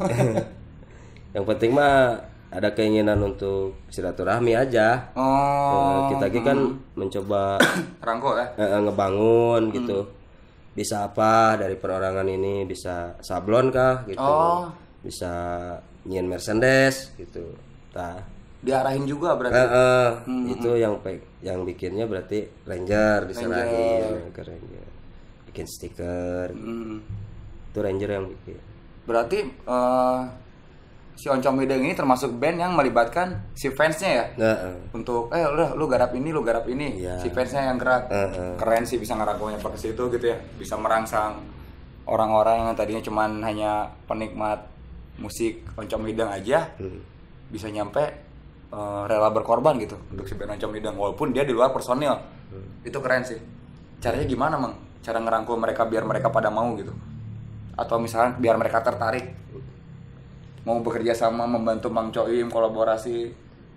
Yang penting mah ada keinginan untuk silaturahmi aja. Oh, kita hmm. kan mencoba rangkul ya, eh, ngebangun hmm. gitu. Bisa apa dari perorangan ini, bisa sablon kah gitu. Oh. Bisa nyiin merchandise gitu. Tah. Diarahin juga berarti. Eh, eh, hmm. Itu yang yang bikinnya berarti Ranger diserahin ke Ranger. Bikin stiker. Hmm. Itu Ranger yang bikin. Berarti uh... si Oncom Hideng ini termasuk band yang melibatkan si fansnya ya, uh, uh. untuk eh udah lu garap ini lu garap ini, yeah. si fansnya yang gerak. uh, uh. Keren sih bisa ngerangkulnya pakai situ gitu ya, bisa merangsang orang-orang yang tadinya cuman hanya penikmat musik Oncom Hideng aja, hmm. bisa nyampe uh, rela berkorban gitu untuk si band Oncom Hideng walaupun dia di luar personil. hmm. Itu keren sih. Caranya gimana Mang? Cara ngerangkul mereka biar mereka pada mau gitu, atau misalnya biar mereka tertarik mau bekerja sama, membantu Mang Coim, kolaborasi?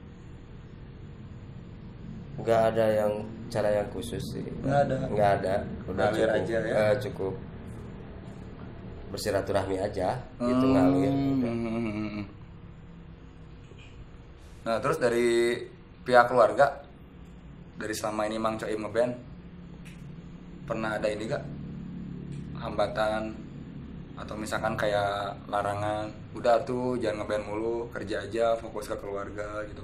Nggak ada yang cara yang khusus sih. Nggak ada. Nggak ada. Udah ngalir cukup, aja ya. Eh, cukup bersilaturahmi aja, hmm. gitu ngalir. Hmm. Nah terus dari pihak keluarga, dari selama ini Mang Coim ngeband, pernah ada ini gak hambatan atau misalkan kayak larangan, udah tuh jangan ngeband mulu, kerja aja, fokus ke keluarga gitu?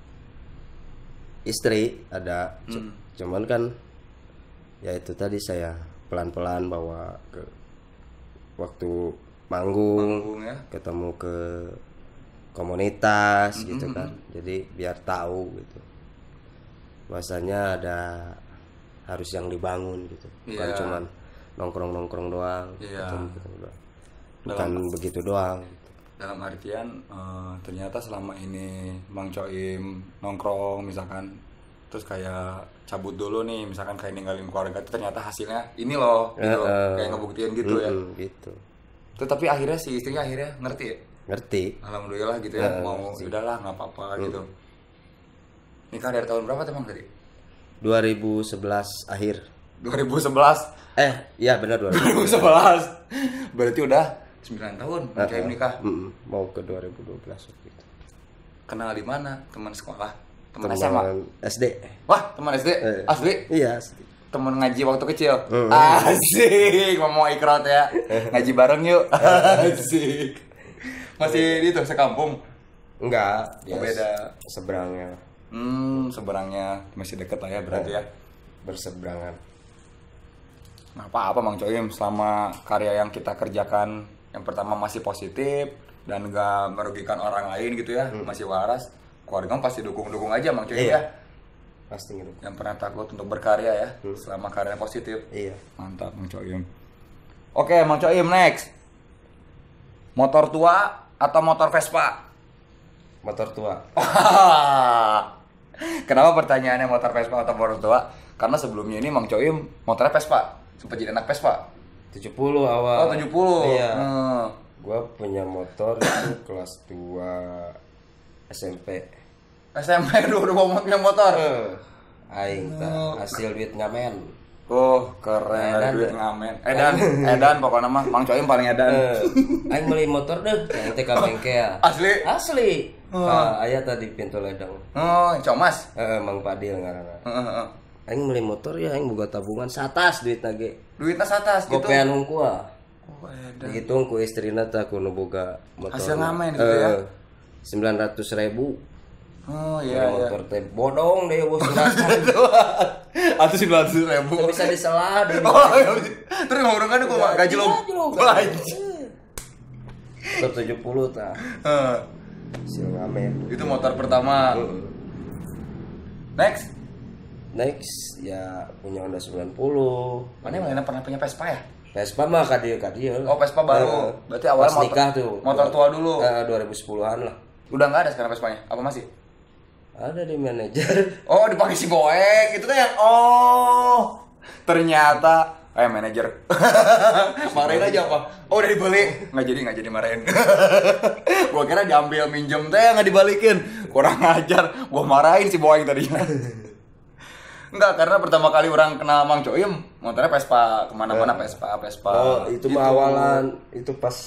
Istri ada, hmm. cuman kan ya itu tadi saya pelan-pelan bawa ke waktu manggung, manggung ya? Ketemu ke komunitas hmm. gitu kan, jadi biar tahu gitu bahwasanya ada harus yang dibangun gitu, bukan yeah. cuman nongkrong-nongkrong doang, yeah. gitu doang. Bukan dalam, begitu doang. Dalam artian uh, ternyata selama ini Mang Coim nongkrong misalkan, terus kayak cabut dulu nih, misalkan kayak ninggalin keluarga, itu ternyata hasilnya ini loh, gitu, uh, uh, kayak ngebuktiin gitu uh, ya. Gitu. Tuh, tapi akhirnya si istrinya akhirnya ngerti ya? Ngerti. Alhamdulillah gitu ya, Uh, mau sih. udahlah nggak apa-apa Hmm. gitu. Nikah dari tahun berapa teman tadi? dua ribu sebelas akhir. dua ribu sebelas. Eh, iya benar dua ribu. dua ribu sebelas. Berarti udah sembilan tahun Mang Coim nikah. Mm-mm, mau ke dua ribu dua belas waktu itu. Kenal di mana? Teman sekolah, teman Teman S M A. S D. Wah, teman S D. Eh. Asli. Iya, asli. Temen ngaji waktu kecil. Mm. Asik, ngomong ikrot ya. Ngaji bareng yuk. Asik. Masih di itu sekampung. Enggak, Oh, ya, beda. seberangnya. Hmm, seberangnya masih deket lah ya berarti ya. Berseberangan. Nah, apa-apa Mang Coim, selama karya yang kita kerjakan yang pertama masih positif dan gak merugikan orang lain gitu ya, masih waras, keluarga pasti dukung-dukung aja Mang Coim Iya. ya. Pasti gitu. Yang pernah takut untuk berkarya ya, selama karyanya positif. Iya. Mantap Mang Coim. Oke Mang Coim, next. Motor tua atau motor Vespa? Motor tua. Kenapa pertanyaannya motor Vespa atau motor tua? Karena sebelumnya ini Mang Coim motornya Vespa, sempat jadi anak Vespa. tujuh puluh awal. Oh, tujuh puluh. Iya. Hmm. Gua punya motor itu kelas dua S M P. S M P dulu udah punya motor. Aing tah hasil duit ngamen. Oh, keren. Edan, Duit deh. ngamen. Edan, edan pokoknya mah Mang Coim paling edan. Eh, Aing beli motor deh, yang teh ka bengkel. Asli? Asli. Ka aya tadi pintu ledeng. Oh, comas. Heeh, Mang Padil ngaranna. Heeh, heeh. Aing beli motor ya aing boga tabungan satas duitna ge. Duitnya atas gitu. Gopean hungkul. Oh, edan. Begitu ku istrina teh kudu boga motor. Hasil ngamen gitu ya? sembilan ratus ribu. Oh, Beli iya, iya. motor teh bodong deh bos silakan. Atau sembilan ratus ribu. Nggak bisa disela deh. Oh, iya. Terus ngomong kan gua gaji lo. Gaji lo. Motor tujuh puluh tah. Heeh. Hasil ngamen. Itu motor pertama. Heeh. Next. Next ya punya Honda sembilan puluh. Mana yang pernah punya Vespa ya? Vespa mah ka dieu ka dieu. Oh, Vespa baru. Heeh. Berarti awalnya Pas motor, nikah tuh. motor tua dulu. Eh, dua ribu sepuluhan lah. Udah nggak ada sekarang Vespanya? Apa masih? Ada di manajer. Oh, dipakai si Boeng. Itu kan yang oh. Ternyata eh manajer. Marahin aja apa? Oh, udah dibeli. Nggak jadi, nggak jadi marahin. Gua kira diambil minjem teh nggak dibalikin. Kurang ajar. Gua marahin si Boeng tadinya. Enggak, karena pertama kali orang kenal Mang Coim, motornya Vespa, kemana-mana Vespa, Vespa. Oh, itu mah awalan, itu pas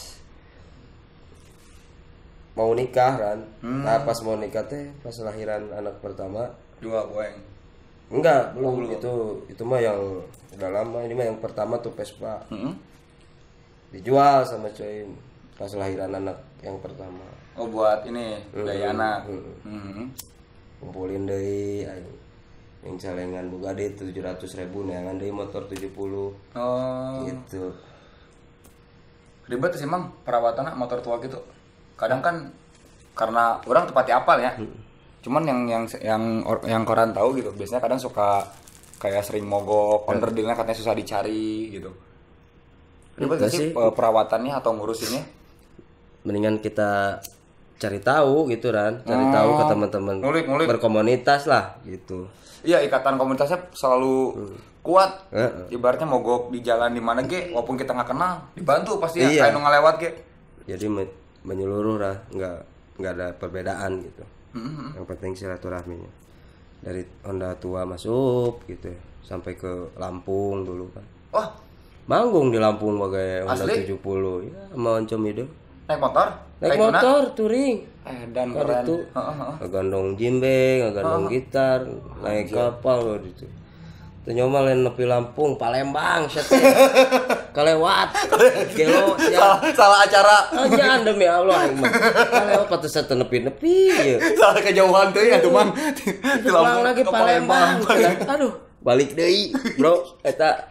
mau nikah kan. Hmm. Nah, pas mau nikah teh pas lahiran anak pertama. Dua Boeng. Enggak, belum. Oh, belum. Itu itu mah yang udah lama. Ini mah yang pertama tuh Vespa. Hmm? Dijual sama Coim pas lahiran anak yang pertama. Oh, buat ini gaya Hmm, anak. hmm. Hmm. Kumpulin deui aing. Yang celengan boga deui tujuh ratus ribu neangan deui motor tujuh puluh. Oh. Gitu. Ribet sih Mang perawatannya motor tua gitu. Kadang kan karena orang tepati apal ya. Cuman yang yang yang or- yang koran tahu gitu, biasanya kadang suka kayak sering mogok, owner dealnya katanya susah dicari gitu. Ribet gak Itu sih sih. eh, perawatannya atau ngurusinnya? Mendingan kita cari tahu gitu kan, cari Oh, tahu ke teman-teman ngulik, ngulik. berkomunitas lah gitu. Iya, ikatan komunitasnya selalu kuat. Heeh. Ibaratnya mogok di jalan di mana ge, walaupun kita nggak kenal, dibantu pasti ya. Iya. Kayak nu ngelewat ge. Jadi me- menyeluruh lah, nggak nggak ada perbedaan gitu. Mm-hmm. Yang penting silaturahminya. Dari Honda tua masuk gitu ya, sampai ke Lampung dulu kan. Wah, Manggung di Lampung bagai Honda Asli? tujuh puluh. Ya, mau oncom itu. naik motor? Naik Kayak tuna? motor touring. Eh, dan Kan keren. itu Heeh, heeh. ngegandong jimbe, ngegandong gitar, naik kapal loh gitu. Ternyata lain nepi Lampung, Palembang, sete. Kalewat. Gelo salah, ya. salah acara. Aja demi Allah aing mah. Kalewat patut satu nepi-nepi ya. Salah kejauhan tuh ya tuh mang. Di Pulang lagi ke Palembang. Aduh, balik deui, Bro. Eta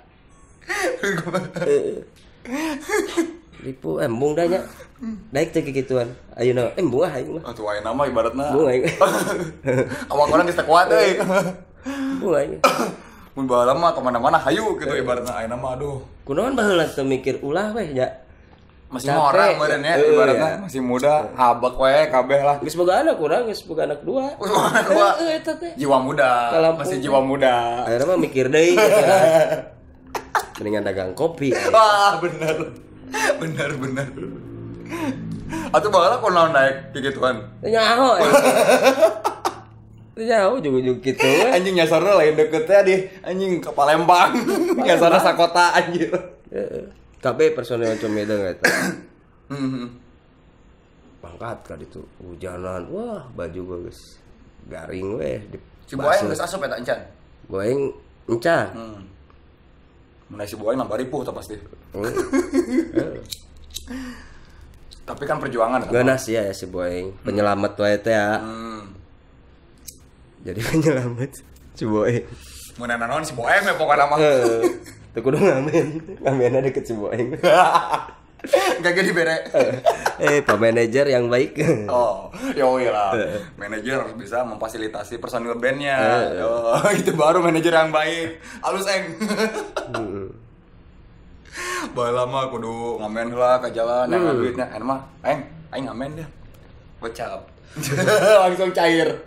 Lipu embung dah nya. Daik teh kikituan. Ayeuna embung ah aing mah. Ah, tuh aya nama ibaratna. Embung aing. Awak orang geus teu kuat euy. Embung aing. Mun baheula mah kemana-mana hayu gitu ibaratna aya nama aduh. Kunaon baheula teu mikir ulah weh nya. Masih Capek. orang meureun ya Heuh, ibaratna ya. masih muda, habak we kabeh lah. Geus boga anak urang, geus boga anak dua. Geus boga anak dua. Heeh, eta teh. Jiwa muda, Ka Lampung. masih jiwa muda. Akhirnya mah mikir deui gitu kan. Mendingan dagang kopi. Wah, bener. Bener bener. Atau bakal kok naik kayak gituan. Nyaho. Nyaho juga-juga gitu. Anjing nyasarnya lain deketnya di anjing ke Palembang. Nyasarnya sakota anjir. Heeh. Tapi personil Comeda enggak eta. Pangkat kan itu hujanan. Wah, baju bagus. Garing weh. Si Boeng geus asup eta encan. Boeng encan. Hmm. Mun si Boeng nambah ripuh tah pasti. Tapi kan perjuangan kan. Ganas ya, ya si Boeng. Penyelamat wae teh ya. Hmm. Jadi penyelamat si Boeng. Mun naon si Boeng we pokona mah. Heeh. Teu kudu ngamen. Ngamenna deket si Boeng. Enggak jadi bere. Eh, Pak manajer yang baik. Oh, yo lah. Manajer harus bisa memfasilitasi personil bandnya. Oh, itu baru manajer yang baik. Halus eng. Bae lama kudu ngamen lah ke jalan yang duitnya. Anu mah, eng, aing ngamen deh. Gocap. Langsung cair.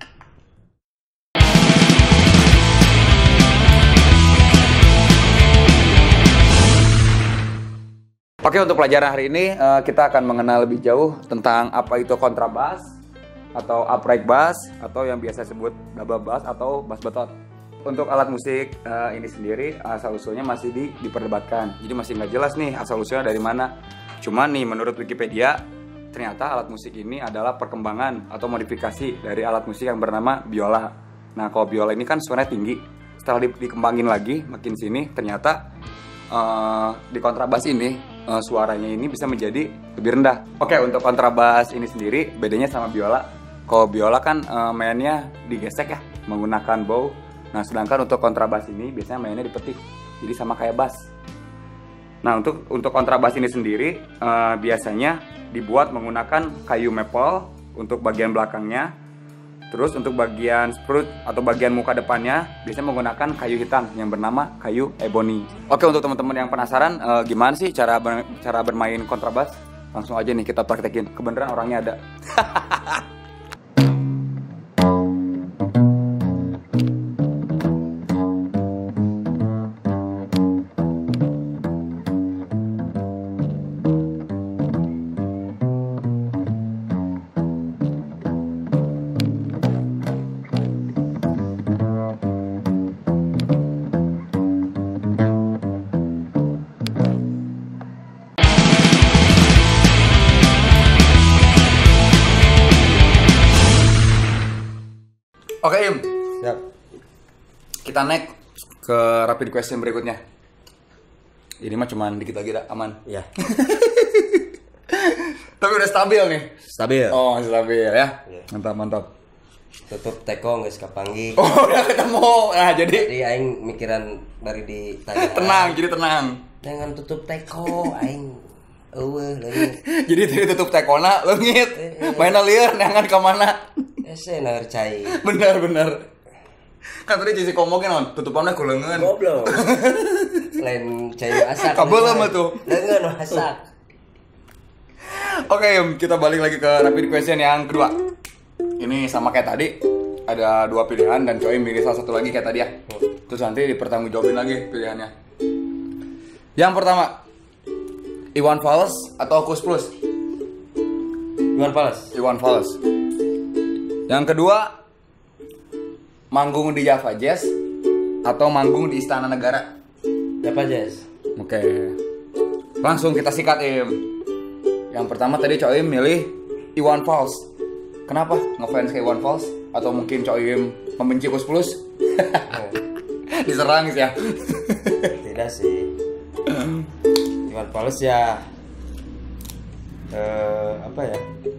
Oke, untuk pelajaran hari ini uh, kita akan mengenal lebih jauh tentang apa itu kontrabas atau upright bass atau yang biasa disebut double bass atau bass betot. Untuk alat musik uh, ini sendiri asal usulnya masih di, diperdebatkan. Jadi masih nggak jelas nih asal usulnya dari mana. Cuman nih menurut Wikipedia ternyata alat musik ini adalah perkembangan atau modifikasi dari alat musik yang bernama biola. Nah, kalau biola ini kan suaranya tinggi. Setelah di, dikembangin lagi makin sini ternyata uh, di kontrabas ini Uh, suaranya ini bisa menjadi lebih rendah. Oke, untuk kontrabas ini sendiri bedanya sama biola. Kalau biola kan uh, mainnya digesek ya, menggunakan bow. Nah, sedangkan untuk kontrabas ini biasanya mainnya dipetik. Jadi sama kayak bass. Nah, untuk untuk kontrabas ini sendiri uh, biasanya dibuat menggunakan kayu maple untuk bagian belakangnya. Terus untuk bagian sprut atau bagian muka depannya biasanya menggunakan kayu hitam yang bernama kayu ebony. Oke, untuk teman-teman yang penasaran uh, gimana sih cara ber cara bermain kontrabas? Langsung aja nih kita praktekin. Kebenaran orangnya ada. Oke, Im. Siap. Kita naik ke rapid question berikutnya. Ini mah cuman dikit lagi dah, aman. Ya. Tapi udah stabil nih. Stabil. Oh, stabil ya. Ya. Mantap, mantap. Tutup teko geus kapanggi. Oh, udah ketemu. Nah, jadi Jadi aing mikiran bari ditanya. tenang, jadi tenang. Jangan tutup teko aing. Eueuh leungit. Jadi tadi tutup tekona leungit. Mainna lieur neangan ka mana? Ese naeur cai. Bener, bener. Kan tadi Cici ngomongin non, tutupannya ku leungeun. Goblok. Lain cai asak. Kabel mah tuh. Leungeun asak. Oke, Im, kita balik lagi ke rapid question yang kedua. Ini sama kayak tadi, ada dua pilihan dan Coy milih salah satu lagi kayak tadi ya. Terus nanti dipertanggungjawabin lagi pilihannya. Yang pertama, Iwan Fals atau Kus Plus? Iwan Fals. Iwan Fals. Yang kedua, manggung di Java Jazz atau manggung di Istana Negara? Java Jazz. Oke. Langsung kita sikat, Im. Yang pertama tadi Coim milih Iwan Fals. Kenapa? Ngefans ke Iwan Fals? Atau mungkin Coim membenci Kus Plus? Diserang sih ya. Tidak sih. Iwan Fals ya eh, apa ya?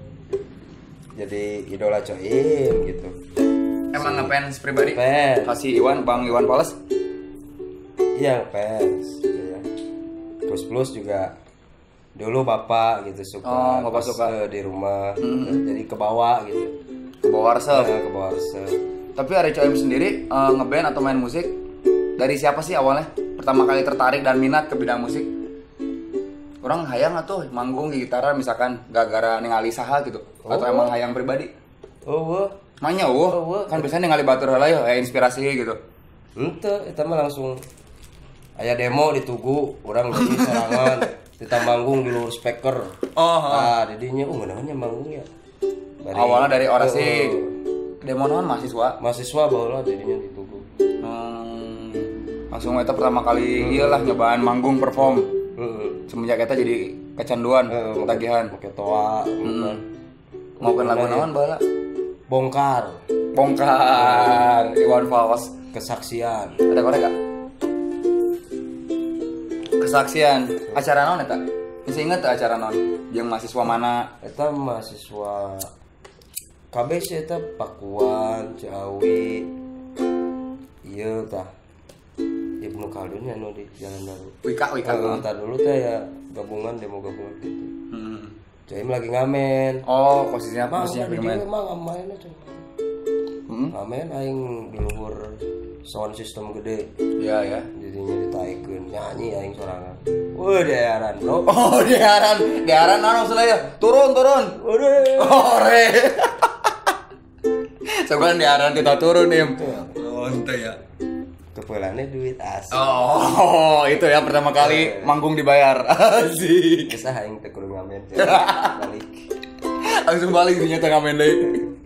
Jadi idola Coim gitu. Emang ngefans pribadi? Fans. Kasih Iwan, Bang Iwan Fals? Iya, fans. Ya. Kus Plus juga dulu bapak gitu suka. Oh, bapak pas, suka eh, di rumah. Hmm. Jadi ke bawah gitu. Ke bawah resep. Nah, ke bawah resep. Tapi Ari Coim sendiri uh, ngeband atau main musik dari siapa sih awalnya? Pertama kali tertarik dan minat ke bidang musik? Orang hayang atuh manggung di gitaran misalkan gara-gara ningali saha gitu. Oh. Atau emang hayang pribadi? Oh, wah. Manya wah. Oh, wah. Kan biasanya ningali batur heula ya inspirasi gitu. Henteu, eta mah langsung aya demo di Tugu, urang jadi sorangan. Teu kita manggung di luar speaker. Oh, ah didinya oh namanya manggung ya dari, awalnya dari orasi uh, demo non mahasiswa mahasiswa baheula didinya di Tugu. Hmm, langsung eta pertama kali hmm. iyalah nyobaan manggung perform. Hmm. Semenjak eta jadi kecanduan, uh, ketagihan. Pakai toa. Hmm. Mau kan lagu naon baheula? Bongkar. Bongkar. Hmm. Iwan Fals. Kesaksian. Ada korek gak? Kesaksian. Acara naon eta? Masih ingat tuh acara non? Yang mahasiswa mana? Eta mahasiswa K B C eta Pakuan, Ciawi. Iya tah. Ibnu Khaldun ya no di Jalan Baru. Wika Wika. Kalau entar dulu teh ya gabungan demo gabungan gitu. Hmm. Jaim lagi ngamen. Oh, posisinya apa? Posisinya ngamen. Emang ngamen aja. Hmm? Ngamen aing di luhur sound system gede. Iya ya. Jadinya ditaikeun nyanyi aing sorangan. Wah, diaran, Bro. Oh, diaran. Diaran naon maksudnya ya? Turun, turun. Ore. Ore. Sekarang diaran kita turun, Im. Oh, ente ya. Kepulannya duit as. Oh, itu ya pertama kali manggung dibayar. Asik. Kisah aing teh kudu ngamen. Balik. Langsung balik ternyata ngamen deui.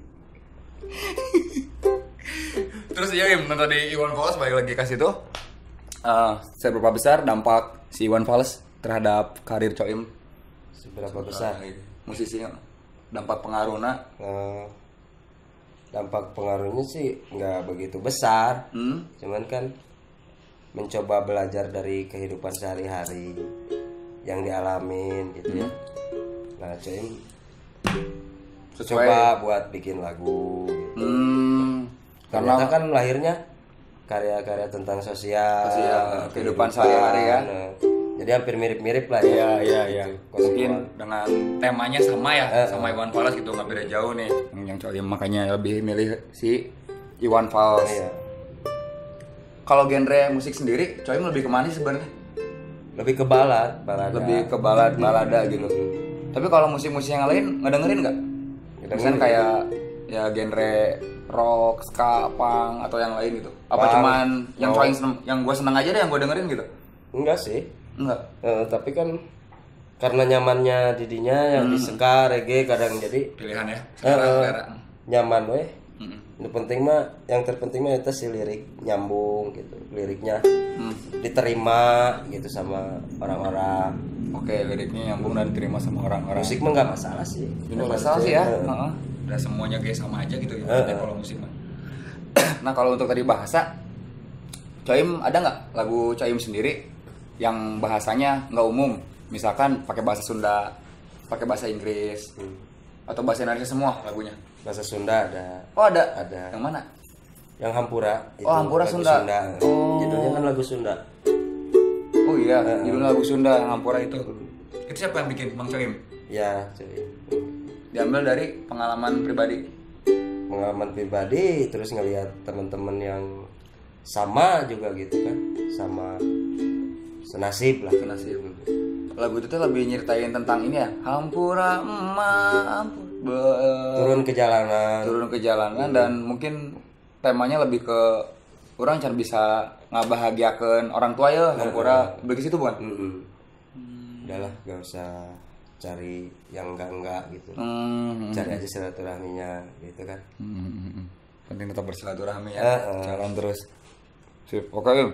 Terus ya Im, tadi Iwan Fals balik lagi ke situ. Uh, seberapa besar dampak si Iwan Fals terhadap karir Coim? Seberapa besar? Uh, musisinya dampak pengaruhnya? Uh, dampak pengaruhnya sih nggak begitu besar. Hmm? Cuman kan mencoba belajar dari kehidupan sehari-hari yang dialamin gitu hmm. ya. Nah Coim coba buat bikin lagu. Gitu. Hmm. Karena kan lahirnya karya-karya tentang sosial, sosial kehidupan sehari-hari ya. Nah, jadi hampir mirip-mirip lah ya. Iya iya iya. Mungkin dengan temanya sama ya, eh, sama Iwan Fals gitu nggak beda jauh nih. Yang cowok makanya lebih milih si Iwan Fals. Iya. Kalau genre musik sendiri, Coim lebih kemana sih sebenarnya? Lebih ke balad, balada. Lebih ke balad, balada gitu. Hmm. Tapi kalau musik-musik yang lain ngedengerin nggak? Misalnya kayak ya genre rock, ska, punk atau yang lain gitu. Apa punk, cuman yang paling seneng, yang gue seneng aja deh yang gue dengerin gitu? Enggak sih. Enggak. Eh, tapi kan karena nyamannya didinya yang hmm. di ska, reggae kadang jadi pilihan ya. Eh, nyaman weh. Hmm. Yang penting mah, yang terpenting mah itu si lirik nyambung gitu, liriknya hmm. diterima gitu sama orang-orang. Oke, liriknya nyambung dan diterima sama orang-orang. Musik mah nggak masalah sih. Nggak masalah sih ya. Uh-huh. Udah semuanya kayak sama aja gitu ya. Uh-huh. Kalau musik mah. Nah kalau untuk tadi bahasa, Coim ada nggak lagu Coim sendiri yang bahasanya nggak umum? Misalkan pakai bahasa Sunda, pakai bahasa Inggris, hmm. atau bahasa Indonesia semua lagunya? Bahasa Sunda ada. Oh ada. Ada. Yang mana? Yang Hampura. Oh Hampura Sunda. Sunda. Oh. Judulnya kan lagu Sunda. Oh iya, uh, judul lagu Sunda Hampura itu. Itu siapa yang bikin, Bang Coim? Ya, Coim. Diambil dari pengalaman pribadi. Pengalaman pribadi, terus ngelihat teman-teman yang sama juga gitu kan, sama senasib lah, senasib. Lagu itu tuh lebih nyeritain tentang ini ya, Hampura emak, turun ke jalanan, turun ke jalanan hmm. dan mungkin temanya lebih ke orang can bisa ngabahagiakeun orang tua ya, Hampura uh, begitu bukan? Mm-hmm. Hmm. Udahlah, gak usah cari yang enggak-enggak gitu. Hmm. Cari aja silaturahminya gitu kan. Hmm. Penting tetap bersilaturahmi ya. Uh, uh. Jalan terus. Sip. Oke. Okay.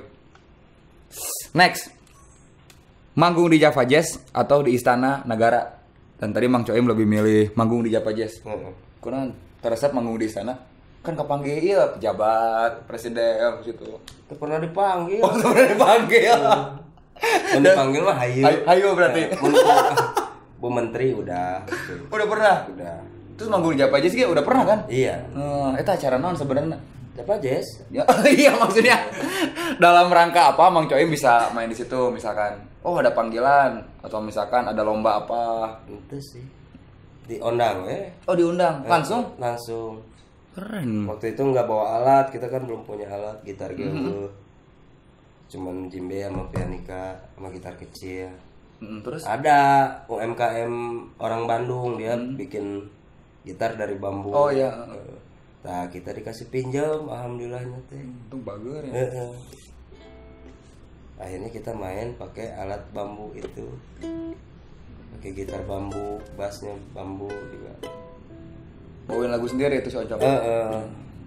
Next. Manggung di Java Jazz atau di Istana Negara? Dan tadi Mang Coim lebih milih manggung di Java Jazz. Heeh. Uh, uh. Karena teresep manggung di sana kan kepanggil iya pejabat, presiden gitu. Itu pernah dipanggil. Oh, pernah dipanggil. Mau dipanggil mah hayu. Hayu berarti. Bu Menteri udah. Gitu. Udah pernah? Udah. Terus manggung di Java Jazz juga udah pernah kan? Iya. Hmm, itu acara naon sebenarnya? Java Jazz. Ya, iya maksudnya dalam rangka apa Mang Coim bisa main di situ misalkan? Oh ada panggilan atau misalkan ada lomba apa? Itu sih. Diundang ya. Oh diundang langsung? Langsung. Keren. Waktu itu nggak bawa alat, kita kan belum punya alat gitar gitu. Mm-hmm. Cuman djembe sama pianika sama gitar kecil. Mm, terus ada U M K M orang Bandung dia mm. bikin gitar dari bambu. Oh iya. Nah kita dikasih pinjam, alhamdulillahnya teh. Untung bagus ya. Heeh. akhirnya kita main pakai alat bambu itu, pakai gitar bambu, bassnya bambu juga. Bawain lagu sendiri itu si Oncom. Uh, uh.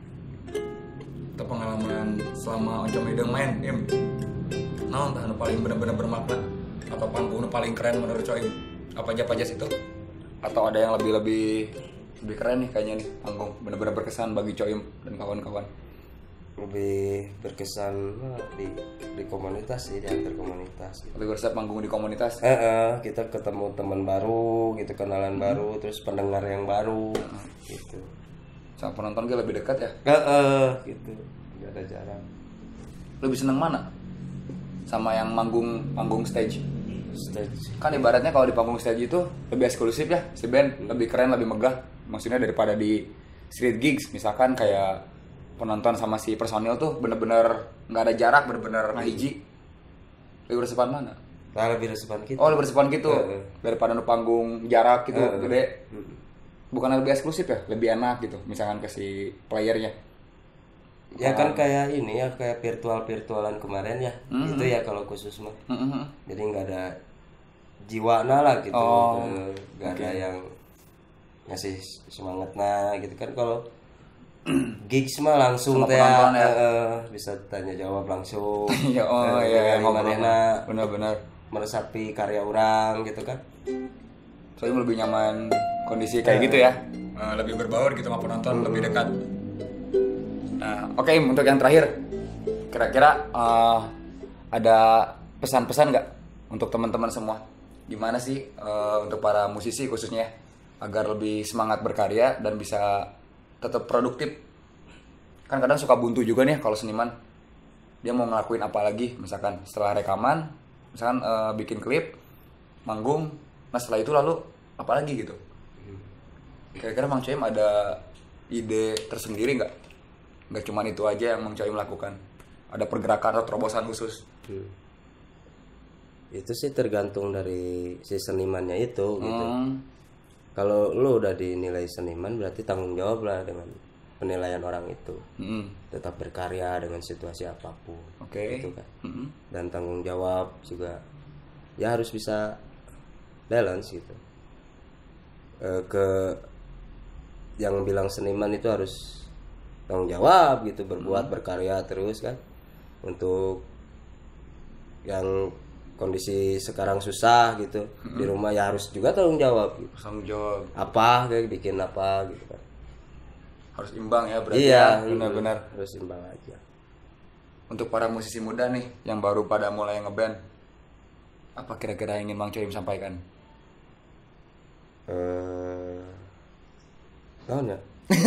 Itu pengalaman selama Oncom Hideng main, Im. Naon tah nu paling bener-bener bermakna atau panggung nu paling keren menurut Coim? Apa aja aja situ? Atau ada yang lebih-lebih lebih keren nih kayaknya nih panggung bener-bener berkesan bagi Coim dan kawan-kawan? Lebih berkesan di di komunitas sih, di antar komunitas gitu. Lebih berkesan panggung di komunitas. Eh, eh, kita ketemu teman baru gitu, kenalan hmm. baru, terus pendengar yang baru hmm. gitu. Sama penonton gue lebih dekat ya? Eh, eh, gitu. Gak ada jarak. Lebih seneng mana? Sama yang manggung panggung stage. Stage. Kan ibaratnya kalau di panggung stage itu lebih eksklusif ya, si band hmm. lebih keren, lebih megah. Maksudnya daripada di street gigs, misalkan kayak penonton sama si personil tuh bener-bener nggak ada jarak, bener-bener ngahiji. Lebih bersepan mana? Nah, lebih bersepan gitu. Oh, lebih bersepan gitu. Uh, uh. Daripada nu panggung jarak gitu, uh, uh. gede. Uh. Bukan lebih eksklusif ya, lebih enak gitu. Misalkan ke si playernya. Ya kan kayak ini ya, kayak virtual-virtualan kemarin ya. Mm-hmm. Itu ya kalau khusus mah. Mm-hmm. Jadi nggak ada jiwana lah gitu. Oh, nggak okay. ada yang ngasih semangat nah gitu kan. Kalau gigs mah langsung teh ya, uh, bisa tanya jawab langsung. Ya, oh uh, iya, ngobrolna benar-benar meresapi karya orang gitu kan. Soalnya lebih nyaman kondisi kayak uh, gitu ya. Uh, lebih berbaur gitu sama penonton, uh, lebih dekat. Nah, oke okay, untuk yang terakhir, kira-kira uh, ada pesan-pesan nggak untuk teman-teman semua? Gimana sih uh, untuk para musisi khususnya agar lebih semangat berkarya dan bisa tetap produktif? Kan kadang suka buntu juga nih kalau seniman, dia mau ngelakuin apa lagi, misalkan setelah rekaman, misalkan uh, bikin klip, manggung, nah setelah itu lalu apa lagi gitu? Kira-kira Mang Coim ada ide tersendiri nggak? Nggak cuma itu aja yang Mang Coim lakukan, ada pergerakan atau terobosan khusus? Hmm. Itu sih tergantung dari si senimannya itu hmm. gitu. Kalau lu udah dinilai seniman berarti tanggung jawab lah dengan penilaian orang itu. hmm. Tetap berkarya dengan situasi apapun. Oke. Okay. Gitu kan. hmm. Dan tanggung jawab juga ya harus bisa balance gitu. E, ke yang bilang seniman itu harus tanggung jawab gitu, berbuat hmm. berkarya terus kan. Untuk yang kondisi sekarang susah gitu, hmm. di rumah ya harus juga tanggung jawab gitu. Tanggung jawab apa kayak bikin apa gitu kan, harus imbang ya berarti. Iya, ya benar-benar harus imbang aja. Untuk para musisi muda nih yang baru pada mulai ngeband, apa kira-kira yang ingin Mang Coim sampaikan? Eh uh, ya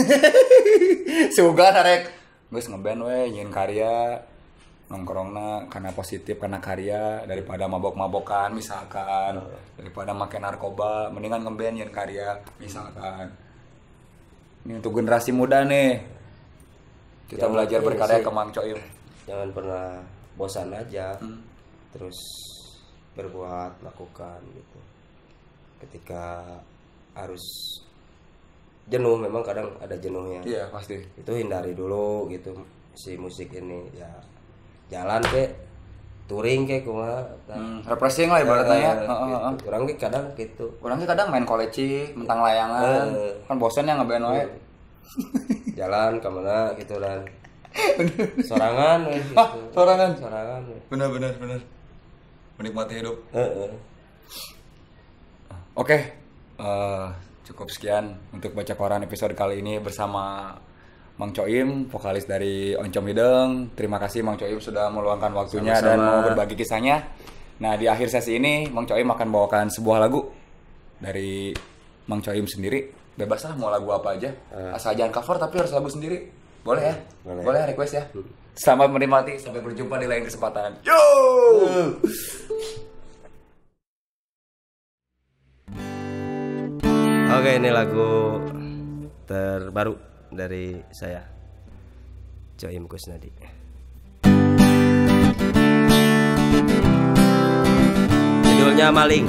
suga tarek geus ngeband we nyin karya nongkrongna karena positif, karena karya, daripada mabok-mabokan misalkan, oh. daripada make narkoba, mendingan ngeband nyin karya misalkan. Ini untuk generasi muda nih, kita jangan belajar berkarya sih, ke Mang Coim. Jangan pernah bosan aja, hmm. terus berbuat, lakukan gitu. Ketika harus jenuh, memang kadang ada jenuhnya. Iya pasti. Itu hindari dulu gitu si musik ini ya. Jalan ke touring ke kumaha hmm, refreshing lah ibaratnya ya. Heeh. Gitu. Kurang ge kadang gitu. Kurang ge kadang main koleci, mentang layangan. Uh, kan bosan ya ngeband wae. Jalan ke mana gitu dan sorangan we gitu. Ah, sorangan. Sorangan. Benar benar benar. Menikmati hidup. Heeh. Uh, uh. Oke. Okay. Uh, cukup sekian untuk baca koran episode kali ini bersama Mang Coim, vokalis dari Oncom Hideng. Terima kasih Mang Coim sudah meluangkan waktunya sama-sama dan mau berbagi kisahnya. Nah, di akhir sesi ini Mang Coim akan bawakan sebuah lagu dari Mang Coim sendiri. Bebas lah mau lagu apa aja. Uh. Asal jangan cover tapi harus lagu sendiri. Boleh ya? Boleh, Boleh request ya. Selamat menikmati, sampai berjumpa di lain kesempatan. Yo! Uh. Oke, ini lagu terbaru dari saya, Coim Kusnadi. Judulnya Maling.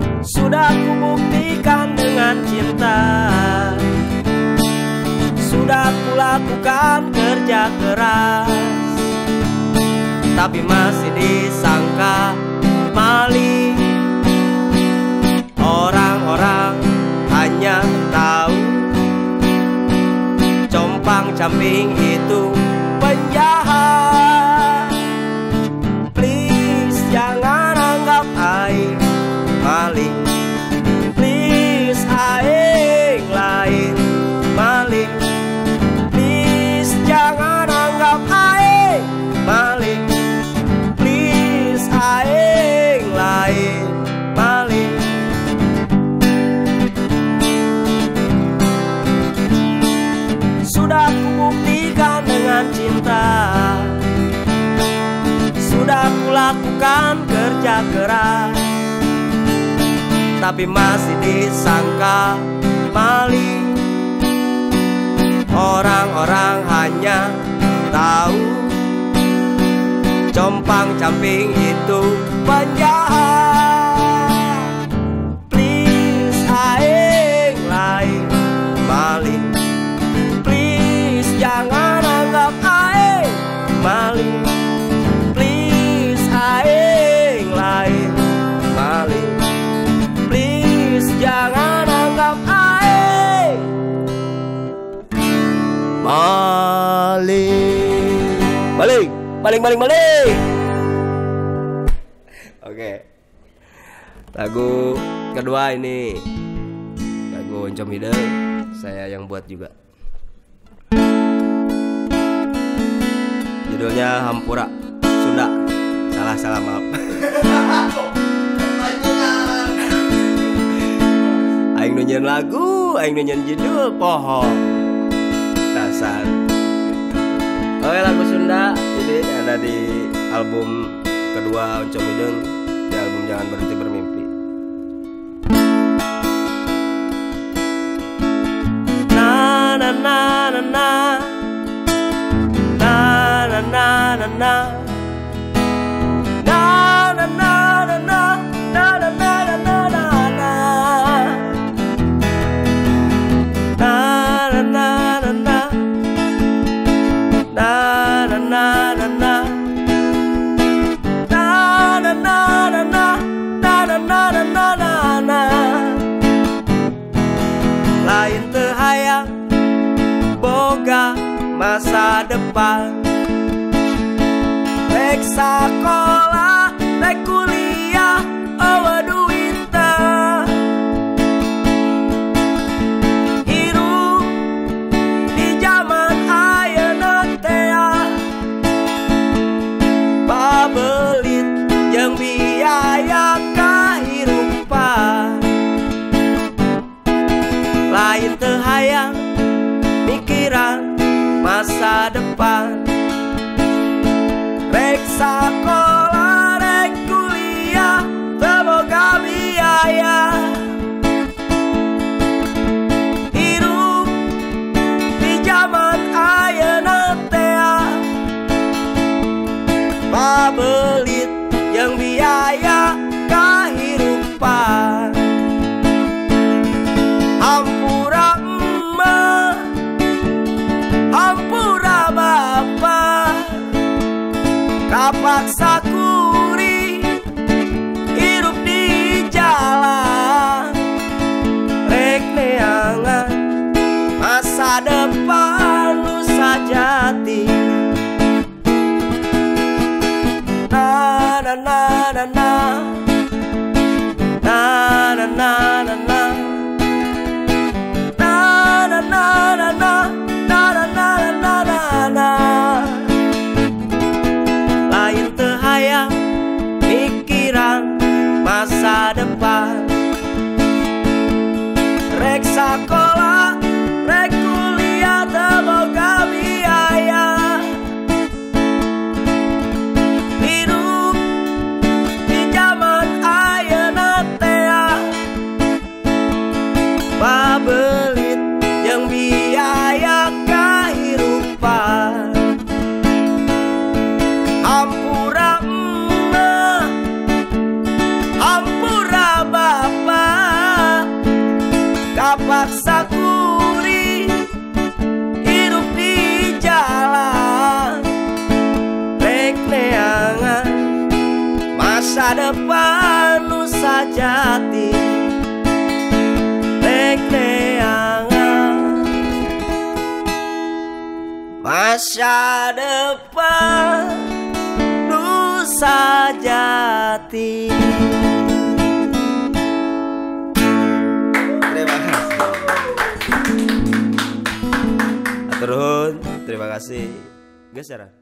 Sudah kubuktikan dengan cinta, sudah Sudah kulakukan kerja keras, tapi masih disangka maling. Orang-orang hanya tahu compang-camping itu penjahat. Please jangan anggap aing maling. Please aing lain maling. Please jangan anggap aing maling. Please aing lain maling. Sudah kubuktikan dengan cinta, sudah kulakukan kerja keras, tapi masih disangka maling. Orang-orang hanya tahu compang-camping itu penjahat. Please aing lain maling. Please jangan anggap aing maling. Please aing lain maling. Please jangan anggap aing maling. Maling, maling, maling, maling. Oke. Lagu kedua ini lagu Oncom Hideng, saya yang buat juga. Judulnya Hampura Sunda. Salah salah maaf. Aing nunjukin lagu, aing nunjukin judul poho. Dasar. Oke, lagu Sunda jadi ada di album kedua Oncom Hideng, di album Jangan Berhenti Bermimpi. Na na na na na na na na na na na na na na na na na na na lain teu hayang boga masa depan, rek sakola rek kuliah eueuh duit teh, hirup di zaman ayeuna teh pabelit jeung biaya kahirupan. Lain teu hayang mikiran masa depan, rek sakola rek kuliah teu boga biaya, hirup di zaman ayeuna teh pabelit jeung biaya kahirupan. Hampura emak, hampura bapa, kapaksa kuri hirup di jalan, rek neangan masa depan nu sajati. Na na na na na na na na na na na na na na na na na na na. Lain teu hayang depan Nusa Jati rek neangan, masa depan Nusa Jati. Terima kasih. Atur nuhun, terima kasih. Geus ya.